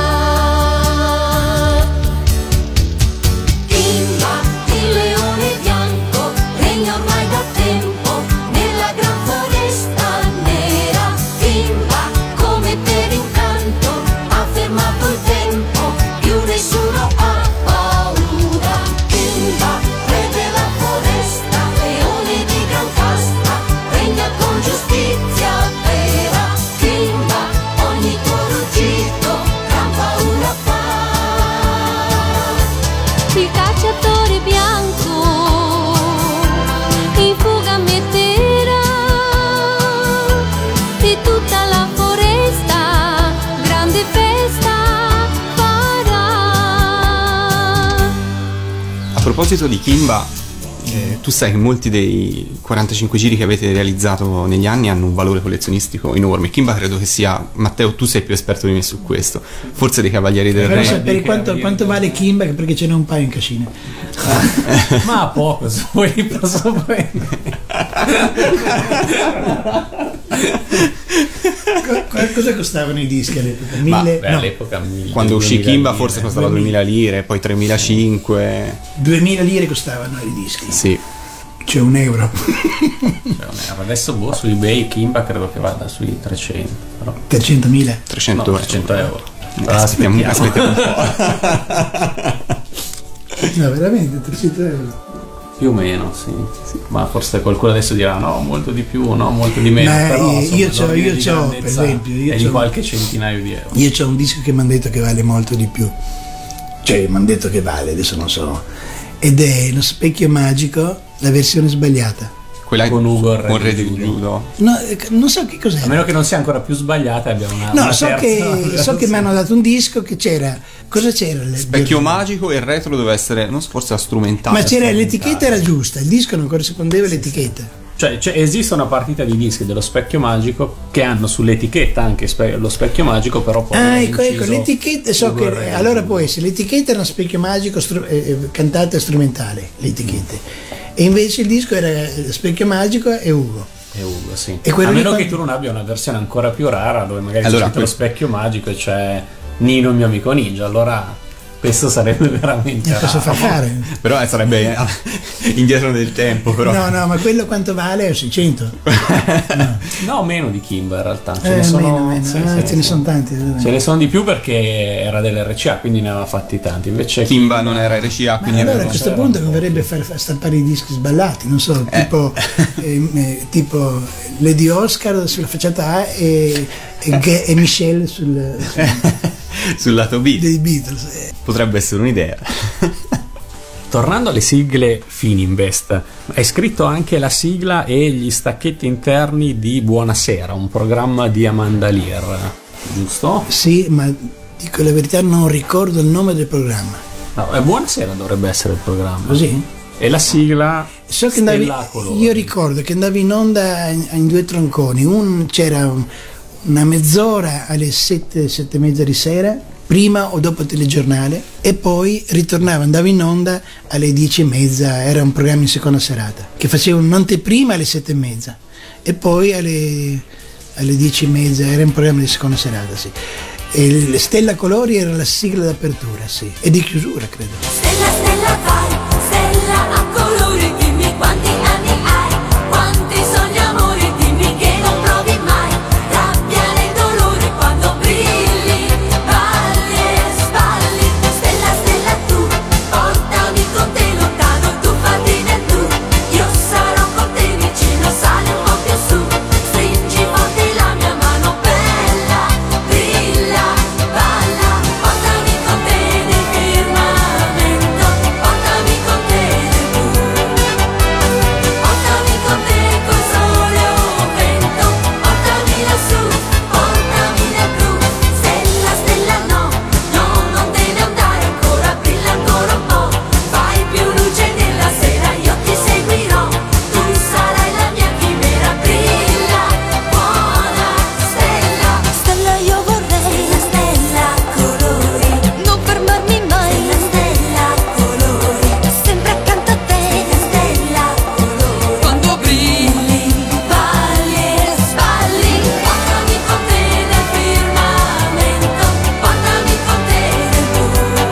Kimba, il leone bianco, regna ormai da tempo nella gran foresta nera. Kimba, come per incanto, ha fermato il tempo, più nessuno ha paura. Kimba, re della foresta, leone di gran casta, regna con giustizia vera. Kimba, ogni tuo ruggito gran paura fa. Il cacciatore bianco in fuga metterà e tutta la foresta grande festa farà. A proposito di Kimba, eh, tu sai che molti dei quarantacinque giri che avete realizzato negli anni hanno un valore collezionistico enorme. Kimba credo che sia, Matteo, tu sei più esperto di me su questo, forse dei Cavalieri del Però Re. sapere quanto, quanto vale Kimba, perché ce n'è un paio in cascina. Ma poco, se vuoi li posso prendere. Qu- Cosa costavano i dischi all'epoca? Ma, Mille, beh, no, all'epoca mille- Quando uscì duemila Kimba lire. forse costava duemila lire, poi tremilacinque. duemila lire costavano i dischi, Sì. cioè un euro. Cioè, adesso boh, su eBay Kimba credo che vada sui trecento, però. trecentomila. trecento, No, trecento euro. Eh, Aspettiamo, aspettiamo un po'. No, veramente, trecento euro. Più o meno, sì, sì. Ma forse qualcuno adesso dirà no, molto di più, no, molto di meno. Ma però, io, io c'ho, io di c'ho per esempio, io è c'ho, di qualche centinaio di euro. Io c'ho un disco che mi hanno detto che vale molto di più. Cioè, mi hanno detto che vale, adesso non so. Ed è Lo specchio magico, la versione sbagliata. Quella Con Ugo il re con Re di di Giudo. Giudo. No, eh, non so che cos'è. A meno che non sia ancora più sbagliata, abbiamo una. No, una so terza che, so che mi hanno dato un disco che c'era. Cosa c'era? Specchio magico e il retro doveva essere, non so, forse era strumentale. Ma c'era, l'etichetta era giusta, il disco non corrispondeva all'etichetta. Cioè, cioè, esiste una partita di dischi dello Specchio Magico che hanno sull'etichetta anche spe- lo Specchio Magico, però poi. Ah, è ecco, ecco, inciso l'etichetta, so Ugo il che re di allora Giudo. può essere, l'etichetta era uno specchio magico stru- eh, eh, cantata strumentale, l'etichetta. E invece il disco era Specchio magico e Ugo. E Ugo, sì. E quello A lì meno quando- che tu non abbia una versione ancora più rara dove magari Allora, c'è scritto quel- lo Specchio Magico e c'è Nino il mio amico ninja, allora questo sarebbe veramente E posso raro. far fare? Però eh, sarebbe indietro nel tempo, però. No, no, ma quello quanto vale? seicento. No, meno di Kimba in realtà. Ce Eh, ne sono, meno, meno. sì, Ah, sì, ce ne sì. sono tanti. Ce ne sono di più perché era dell'R C A, quindi ne aveva fatti tanti. Invece Kimba non era R C A, Ma quindi allora a aveva- questo punto converrebbe far, far stampare i dischi sballati, non so, tipo, eh, eh, tipo Lady Oscar sulla facciata A e, e, Ge- e Michelle sul, sul- sul lato B. dei Beatles. Eh, Potrebbe essere un'idea. tornando alle sigle Fininvest, hai scritto anche la sigla e gli stacchetti interni di Buonasera, un programma di Amanda Lear, giusto? Sì, ma dico la verità, non ricordo il nome del programma. No, è Buonasera dovrebbe essere il programma. Così? E la sigla So che andavi, Stella a colori. io ricordo che andavi in onda in, in due tronconi, un c'era un- una mezz'ora alle sette, sette e mezza di sera, prima o dopo il telegiornale, e poi ritornava, andava in onda alle dieci e mezza, era un programma in seconda serata, che faceva un'anteprima alle sette e mezza, e poi alle, alle dieci e mezza, era un programma di seconda serata, sì. E il Stella Colori era la sigla d'apertura, sì, e di chiusura, credo. Stella, stella vai, stella a colori, dimmi quanti anni hai, quanti sono gli amori, dimmi che non provi mai, rabbia e dolore quando brilli, balli e sballi. Stella, stella tu, portami con te lontano, tu fatti nel blu, io sarò con te vicino, sali un po' più su, stringi forte la mia mano bella, brilla, balla, portami con te nel firmamento, portami con te nel blu, portami con te col sole o vento, portami lassù, portami nel blu. Stella, stella no, no, non te ne andare ancora, brilla ancora un po', fai più luce nella sera, io ti seguirò, tu sarai la mia chimera, brilla, buona stella. Stella io vorrei, stella colori, non fermarmi mai, stella colori, sempre accanto a te, stella colori, quando brilli, balli e sballi, portami con te nel firmamento, portami con te nel blu,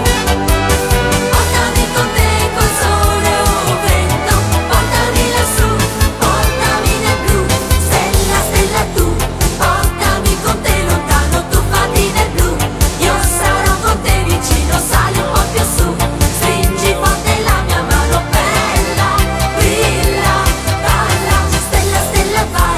portami con te col sole o vento, portami lassù, portami nel blu. Stella, stella tu, portami con te lontano, tu fatti nel blu, io sarò con te vicino, sali un po' più su, stringi forte la mia mano bella, brilla, balla. Stella, stella vai,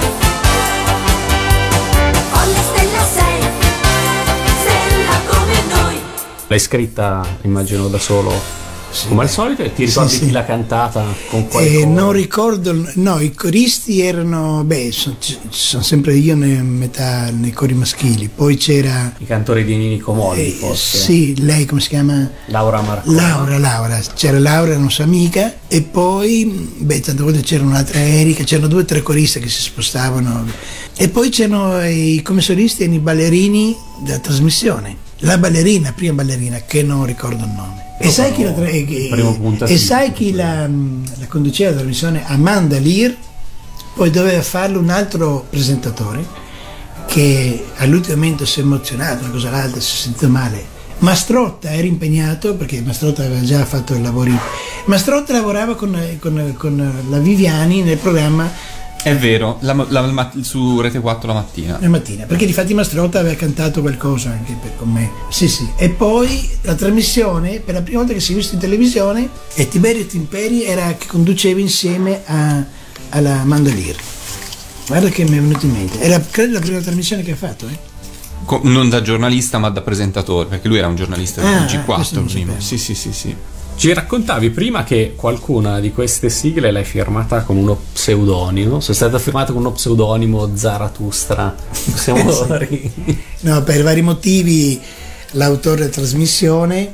folle stella sei, stella come noi. L'hai scritta, immagino, da solo come al solito, e ti ricordi Sì, chi sì. l'ha cantata con quale Eh, coro? non ricordo, no, i coristi erano, beh, so- ci ci sono sempre io ne- metà nei cori maschili, poi c'era, I cantori di Nini Comolli, eh, forse. sì, lei come si chiama? Laura Marconi. Laura, Laura, c'era Laura, era una sua amica, e poi, beh, tante volte c'era un'altra Erika, c'erano due o tre coristi che si spostavano, e poi c'erano i, come solisti e i ballerini della trasmissione, la ballerina, prima ballerina, che non ricordo il nome. E sai chi la, tra- eh, che- primo punto e sì. sai chi la, la conduceva la trasmissione? Amanda Lear, poi doveva farlo un altro presentatore che all'ultimo momento si è emozionato, una cosa o l'altra, si è sentito male. Mastrotta era impegnato perché Mastrotta aveva già fatto i lavori. Mastrotta lavorava con, con- con la Viviani nel programma È vero, la, la, la, su Rete quattro la mattina. La mattina, perché di Fatti Mastrotta aveva cantato qualcosa anche per, con me. Sì, sì. E poi la trasmissione, per la prima volta che si è visto in televisione, e Tiberio Timperi era che conduceva insieme a, alla Mandolier. Guarda che mi è venuto in mente. Era credo la prima trasmissione che ha fatto, eh? Co- non da giornalista ma da presentatore, perché lui era un giornalista del Ah, G quattro ah, prima. sapevo. Sì, sì, sì, sì. Ci raccontavi prima che qualcuna di queste sigle l'hai firmata con uno pseudonimo. Sei stata firmata con uno pseudonimo Zarathustra. Possiamo ri- No, per vari motivi l'autore della trasmissione,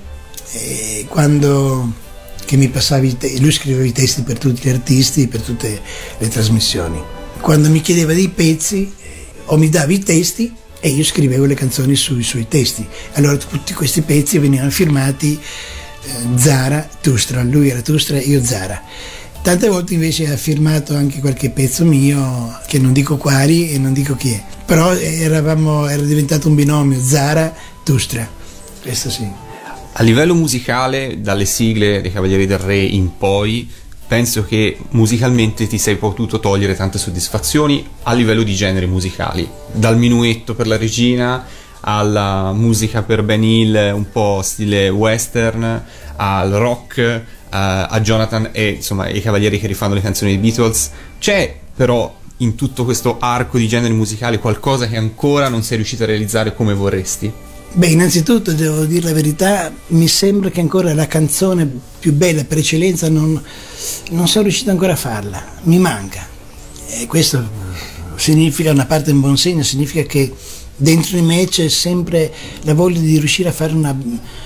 eh, quando che mi passava i te- lui scriveva i testi per tutti gli artisti, per tutte le trasmissioni. Quando mi chiedeva dei pezzi eh, o mi dava i testi e io scrivevo le canzoni sui suoi testi. Allora tutti questi pezzi venivano firmati eh, Zara Thustra, lui era Thustra e io Zara. Tante volte invece ha firmato anche qualche pezzo mio che non dico quali e non dico chi è, però eravamo, era diventato un binomio Zara Thustra, questo sì. A livello musicale, dalle sigle dei Cavalieri del Re in poi, penso che musicalmente ti sei potuto togliere tante soddisfazioni a livello di generi musicali, dal minuetto per la regina alla musica per Ben Hill un po' stile western, al rock, a, a Jonathan e insomma i cavalieri che rifanno le canzoni dei Beatles. C'è però in tutto questo arco di generi musicali qualcosa che ancora non sei riuscito a realizzare come vorresti? Beh, innanzitutto devo dire la verità, mi sembra che ancora la canzone più bella per eccellenza non, non sono riuscito ancora a farla, mi manca. E questo significa, una parte in buon segno, significa che dentro di me c'è sempre la voglia di riuscire a fare una,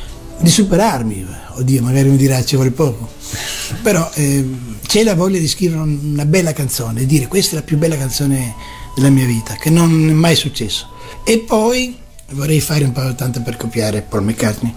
di superarmi. Oddio, magari mi dirà ci vuole poco, però eh, c'è la voglia di scrivere una bella canzone e dire questa è la più bella canzone della mia vita, che non è mai successo. E poi vorrei fare un po' tanto per copiare Paul McCartney.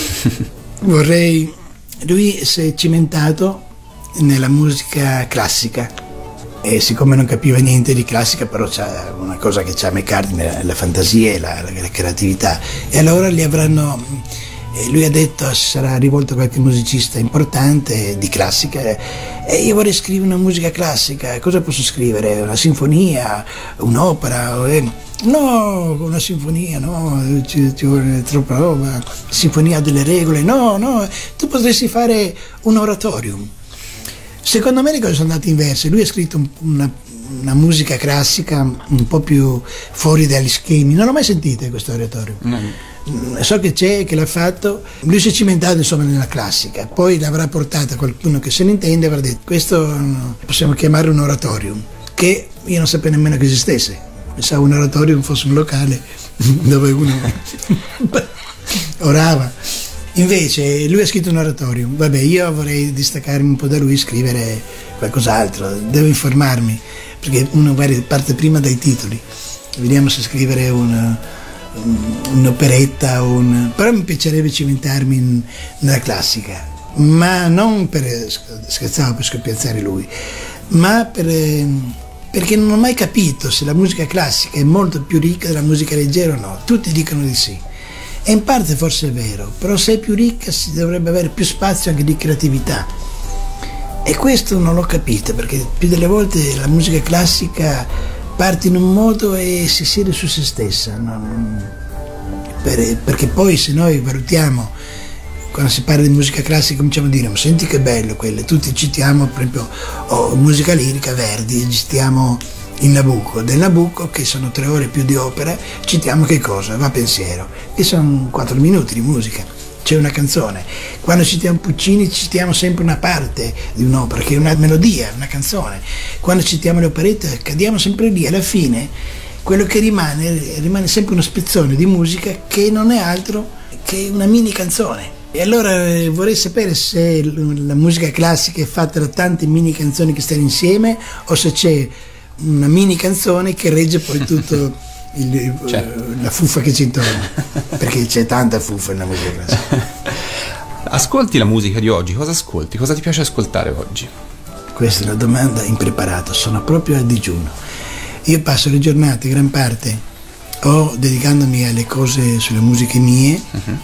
Vorrei, lui si è cimentato nella musica classica e siccome non capiva niente di classica, però c'è una cosa che c'ha McCartney, la, la fantasia e la, la, la creatività, e allora li avranno, eh, lui ha detto si sarà rivolto a qualche musicista importante di classica e io vorrei scrivere una musica classica. Cosa posso scrivere? Una sinfonia, un'opera? Eh, no, una sinfonia no, ci, ci vuole troppa roba, sinfonia delle regole, no, no, tu potresti fare un oratorium. Secondo me le cose sono andate inverse. Lui ha scritto un, una, una musica classica un po' più fuori dagli schemi. Non l'ho mai sentita questo oratorio. Mm. So che c'è, che l'ha fatto. Lui si è cimentato insomma nella classica. Poi l'avrà portata qualcuno che se ne intende e avrà detto questo possiamo chiamare un oratorium, che io non sapevo nemmeno che esistesse. Pensavo un oratorium fosse un locale dove uno orava. Invece lui ha scritto un oratorium. Vabbè, io vorrei distaccarmi un po' da lui e scrivere qualcos'altro, devo informarmi, perché uno parte prima dai titoli. Vediamo se scrivere un, un'operetta, un... però mi piacerebbe cimentarmi in, nella classica, ma non per scherzare, per scoppiazzare lui, ma per, perché non ho mai capito se la musica classica è molto più ricca della musica leggera o no. Tutti dicono di sì. E in parte forse è vero, però se è più ricca si dovrebbe avere più spazio anche di creatività. E questo non l'ho capito, perché più delle volte la musica classica parte in un modo e si siede su se stessa. Non... Per, perché poi se noi valutiamo, quando si parla di musica classica cominciamo a dire ma senti che bello quello, tutti citiamo per esempio oh, musica lirica, Verdi, citiamo il Nabucco, del Nabucco che sono tre ore più di opera, citiamo che cosa? Va pensiero, che sono quattro minuti di musica, c'è una canzone. Quando citiamo Puccini citiamo sempre una parte di un'opera, che è una melodia, una canzone. Quando citiamo le operette cadiamo sempre lì, alla fine quello che rimane, rimane sempre uno spezzone di musica che non è altro che una mini canzone. E allora eh, vorrei sapere se la musica classica è fatta da tante mini canzoni che stanno insieme o se c'è una mini canzone che regge poi tutto il, certo. la fuffa che c'è intorno, perché c'è tanta fuffa nella musica classica. Ascolti la musica di oggi, cosa ascolti? Cosa ti piace ascoltare oggi? Questa è una domanda impreparata, sono proprio a digiuno. Io passo le giornate, gran parte, o dedicandomi alle cose sulle musiche mie, uh-huh.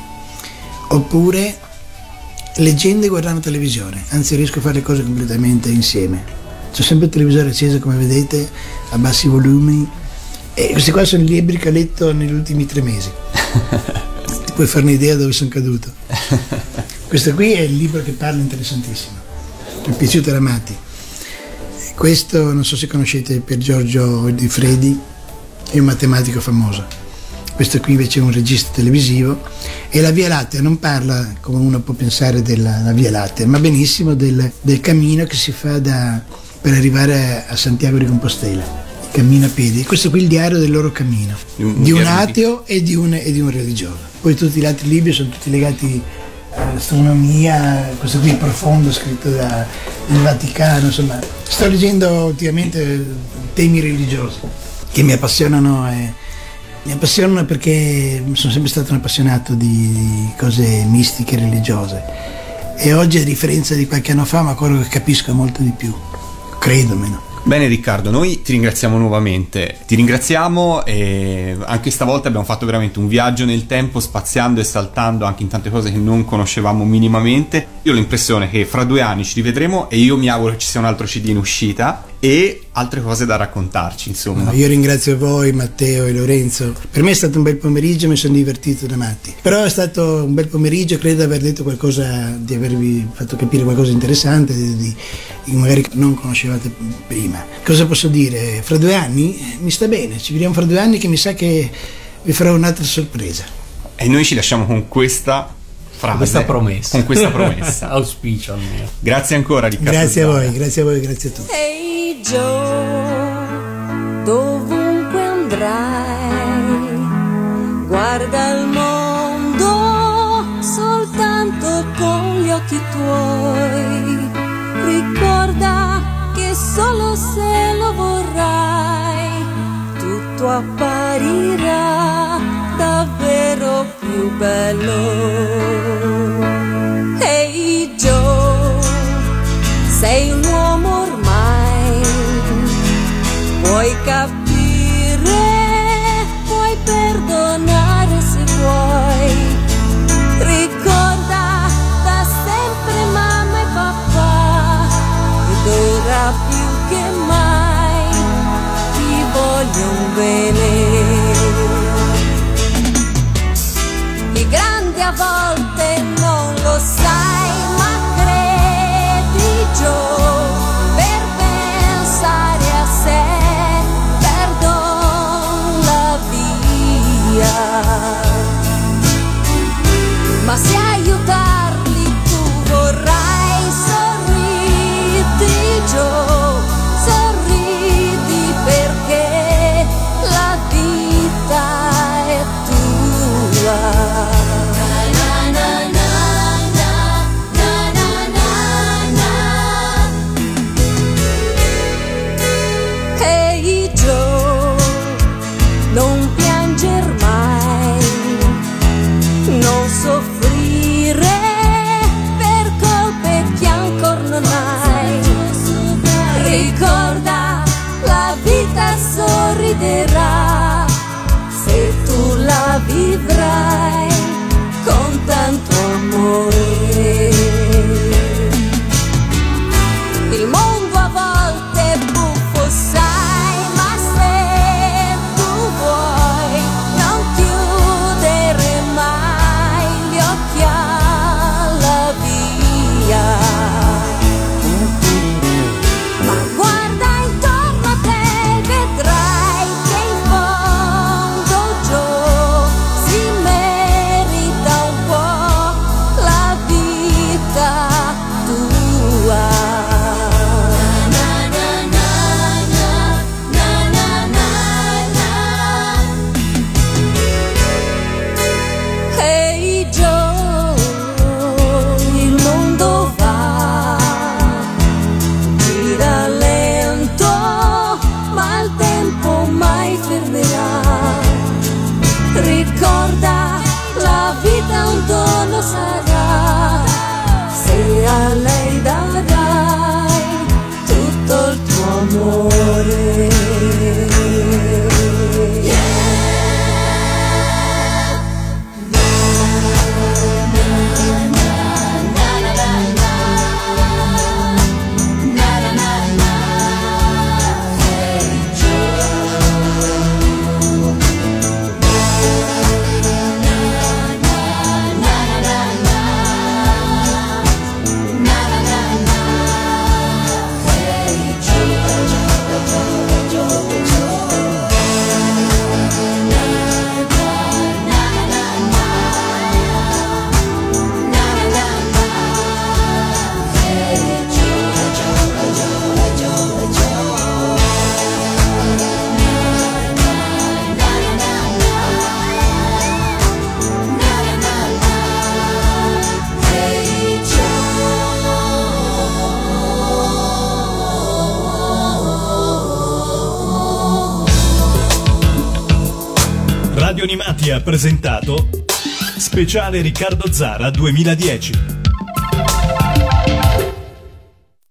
oppure leggendo e guardando televisione, anzi riesco a fare le cose completamente insieme. C'è sempre il televisore acceso, come vedete, a bassi volumi, e questi qua sono i libri che ho letto negli ultimi tre mesi. Ti puoi fare un'idea dove sono caduto. Questo qui è il libro che parla, interessantissimo, mi è piaciuto era Matti. Questo non so se conoscete Pier Giorgio Di Fredi, è un matematico famoso. Questo qui invece è un regista televisivo, e la Via Lattea non parla come uno può pensare della la Via Lattea, ma benissimo del, del cammino che si fa da, per arrivare a Santiago di Compostela, il cammino a piedi. Questo qui è il diario del loro cammino, Un- di un un- ateo e di un, e di un religioso. Poi tutti gli altri libri sono tutti legati all'astronomia, questo qui è profondo, scritto da, dal Vaticano, insomma. Sto leggendo ultimamente temi religiosi che mi appassionano, e mi appassionano perché sono sempre stato un appassionato di cose mistiche e religiose, e oggi, a differenza di qualche anno fa, ma quello che capisco è molto di più, credo meno. Bene Riccardo, noi ti ringraziamo nuovamente, ti ringraziamo, e anche stavolta abbiamo fatto veramente un viaggio nel tempo, spaziando e saltando anche in tante cose che non conoscevamo minimamente. Io ho l'impressione che fra due anni ci rivedremo, e io mi auguro che ci sia un altro C D in uscita e altre cose da raccontarci, insomma. No, io ringrazio voi, Matteo e Lorenzo. Per me è stato un bel pomeriggio, mi sono divertito da matti. Però è stato un bel pomeriggio, credo di aver detto qualcosa, di avervi fatto capire qualcosa di interessante, di, di, di magari non conoscevate prima. Cosa posso dire? Fra due anni mi sta bene, ci vediamo fra due anni, che mi sa che vi farò un'altra sorpresa. E noi ci lasciamo con questa frase, Questa promessa. con questa promessa. Auspicio almeno. Grazie ancora Riccardo. Grazie a Zara. voi, grazie a voi, grazie a tutti. Ehi Joe, dovunque andrai, guarda il mondo soltanto con gli occhi tuoi. Ricorda che solo se lo vorrai, tutto apparirà davvero più bello. Ehi Joe, sei un uomo ormai, puoi capire, puoi perdonare se vuoi. Ricorda da sempre mamma e papà, ed ora più che mai ti vogliono bene. I grandi a volte non lo sai, ma credi Joe, per pensare a sé perdon la via. Ma se aiutarli tu vorrai, sorridi Joe, sorridi perché la vita è tua. Ehi Joe, non pianger mai, non soffrire per colpe che ancora non hai. Ricorda, la vita sorriderà se tu la vivrai con tanto amore. Il mondo a volte è buffo, sai, ma se tu vuoi non chiudere mai gli occhi alla via. Ma guarda intorno a te, vedrai che in fondo Joe si merita un po' la vita tua. Ehi Joe, il mondo va, gira lento, ma il tempo mai fermerà. Ricorda, la vita un dono sarà, se a lei darai tutto il tuo amore. Radio Animati ha presentato Speciale Riccardo Zara duemiladieci.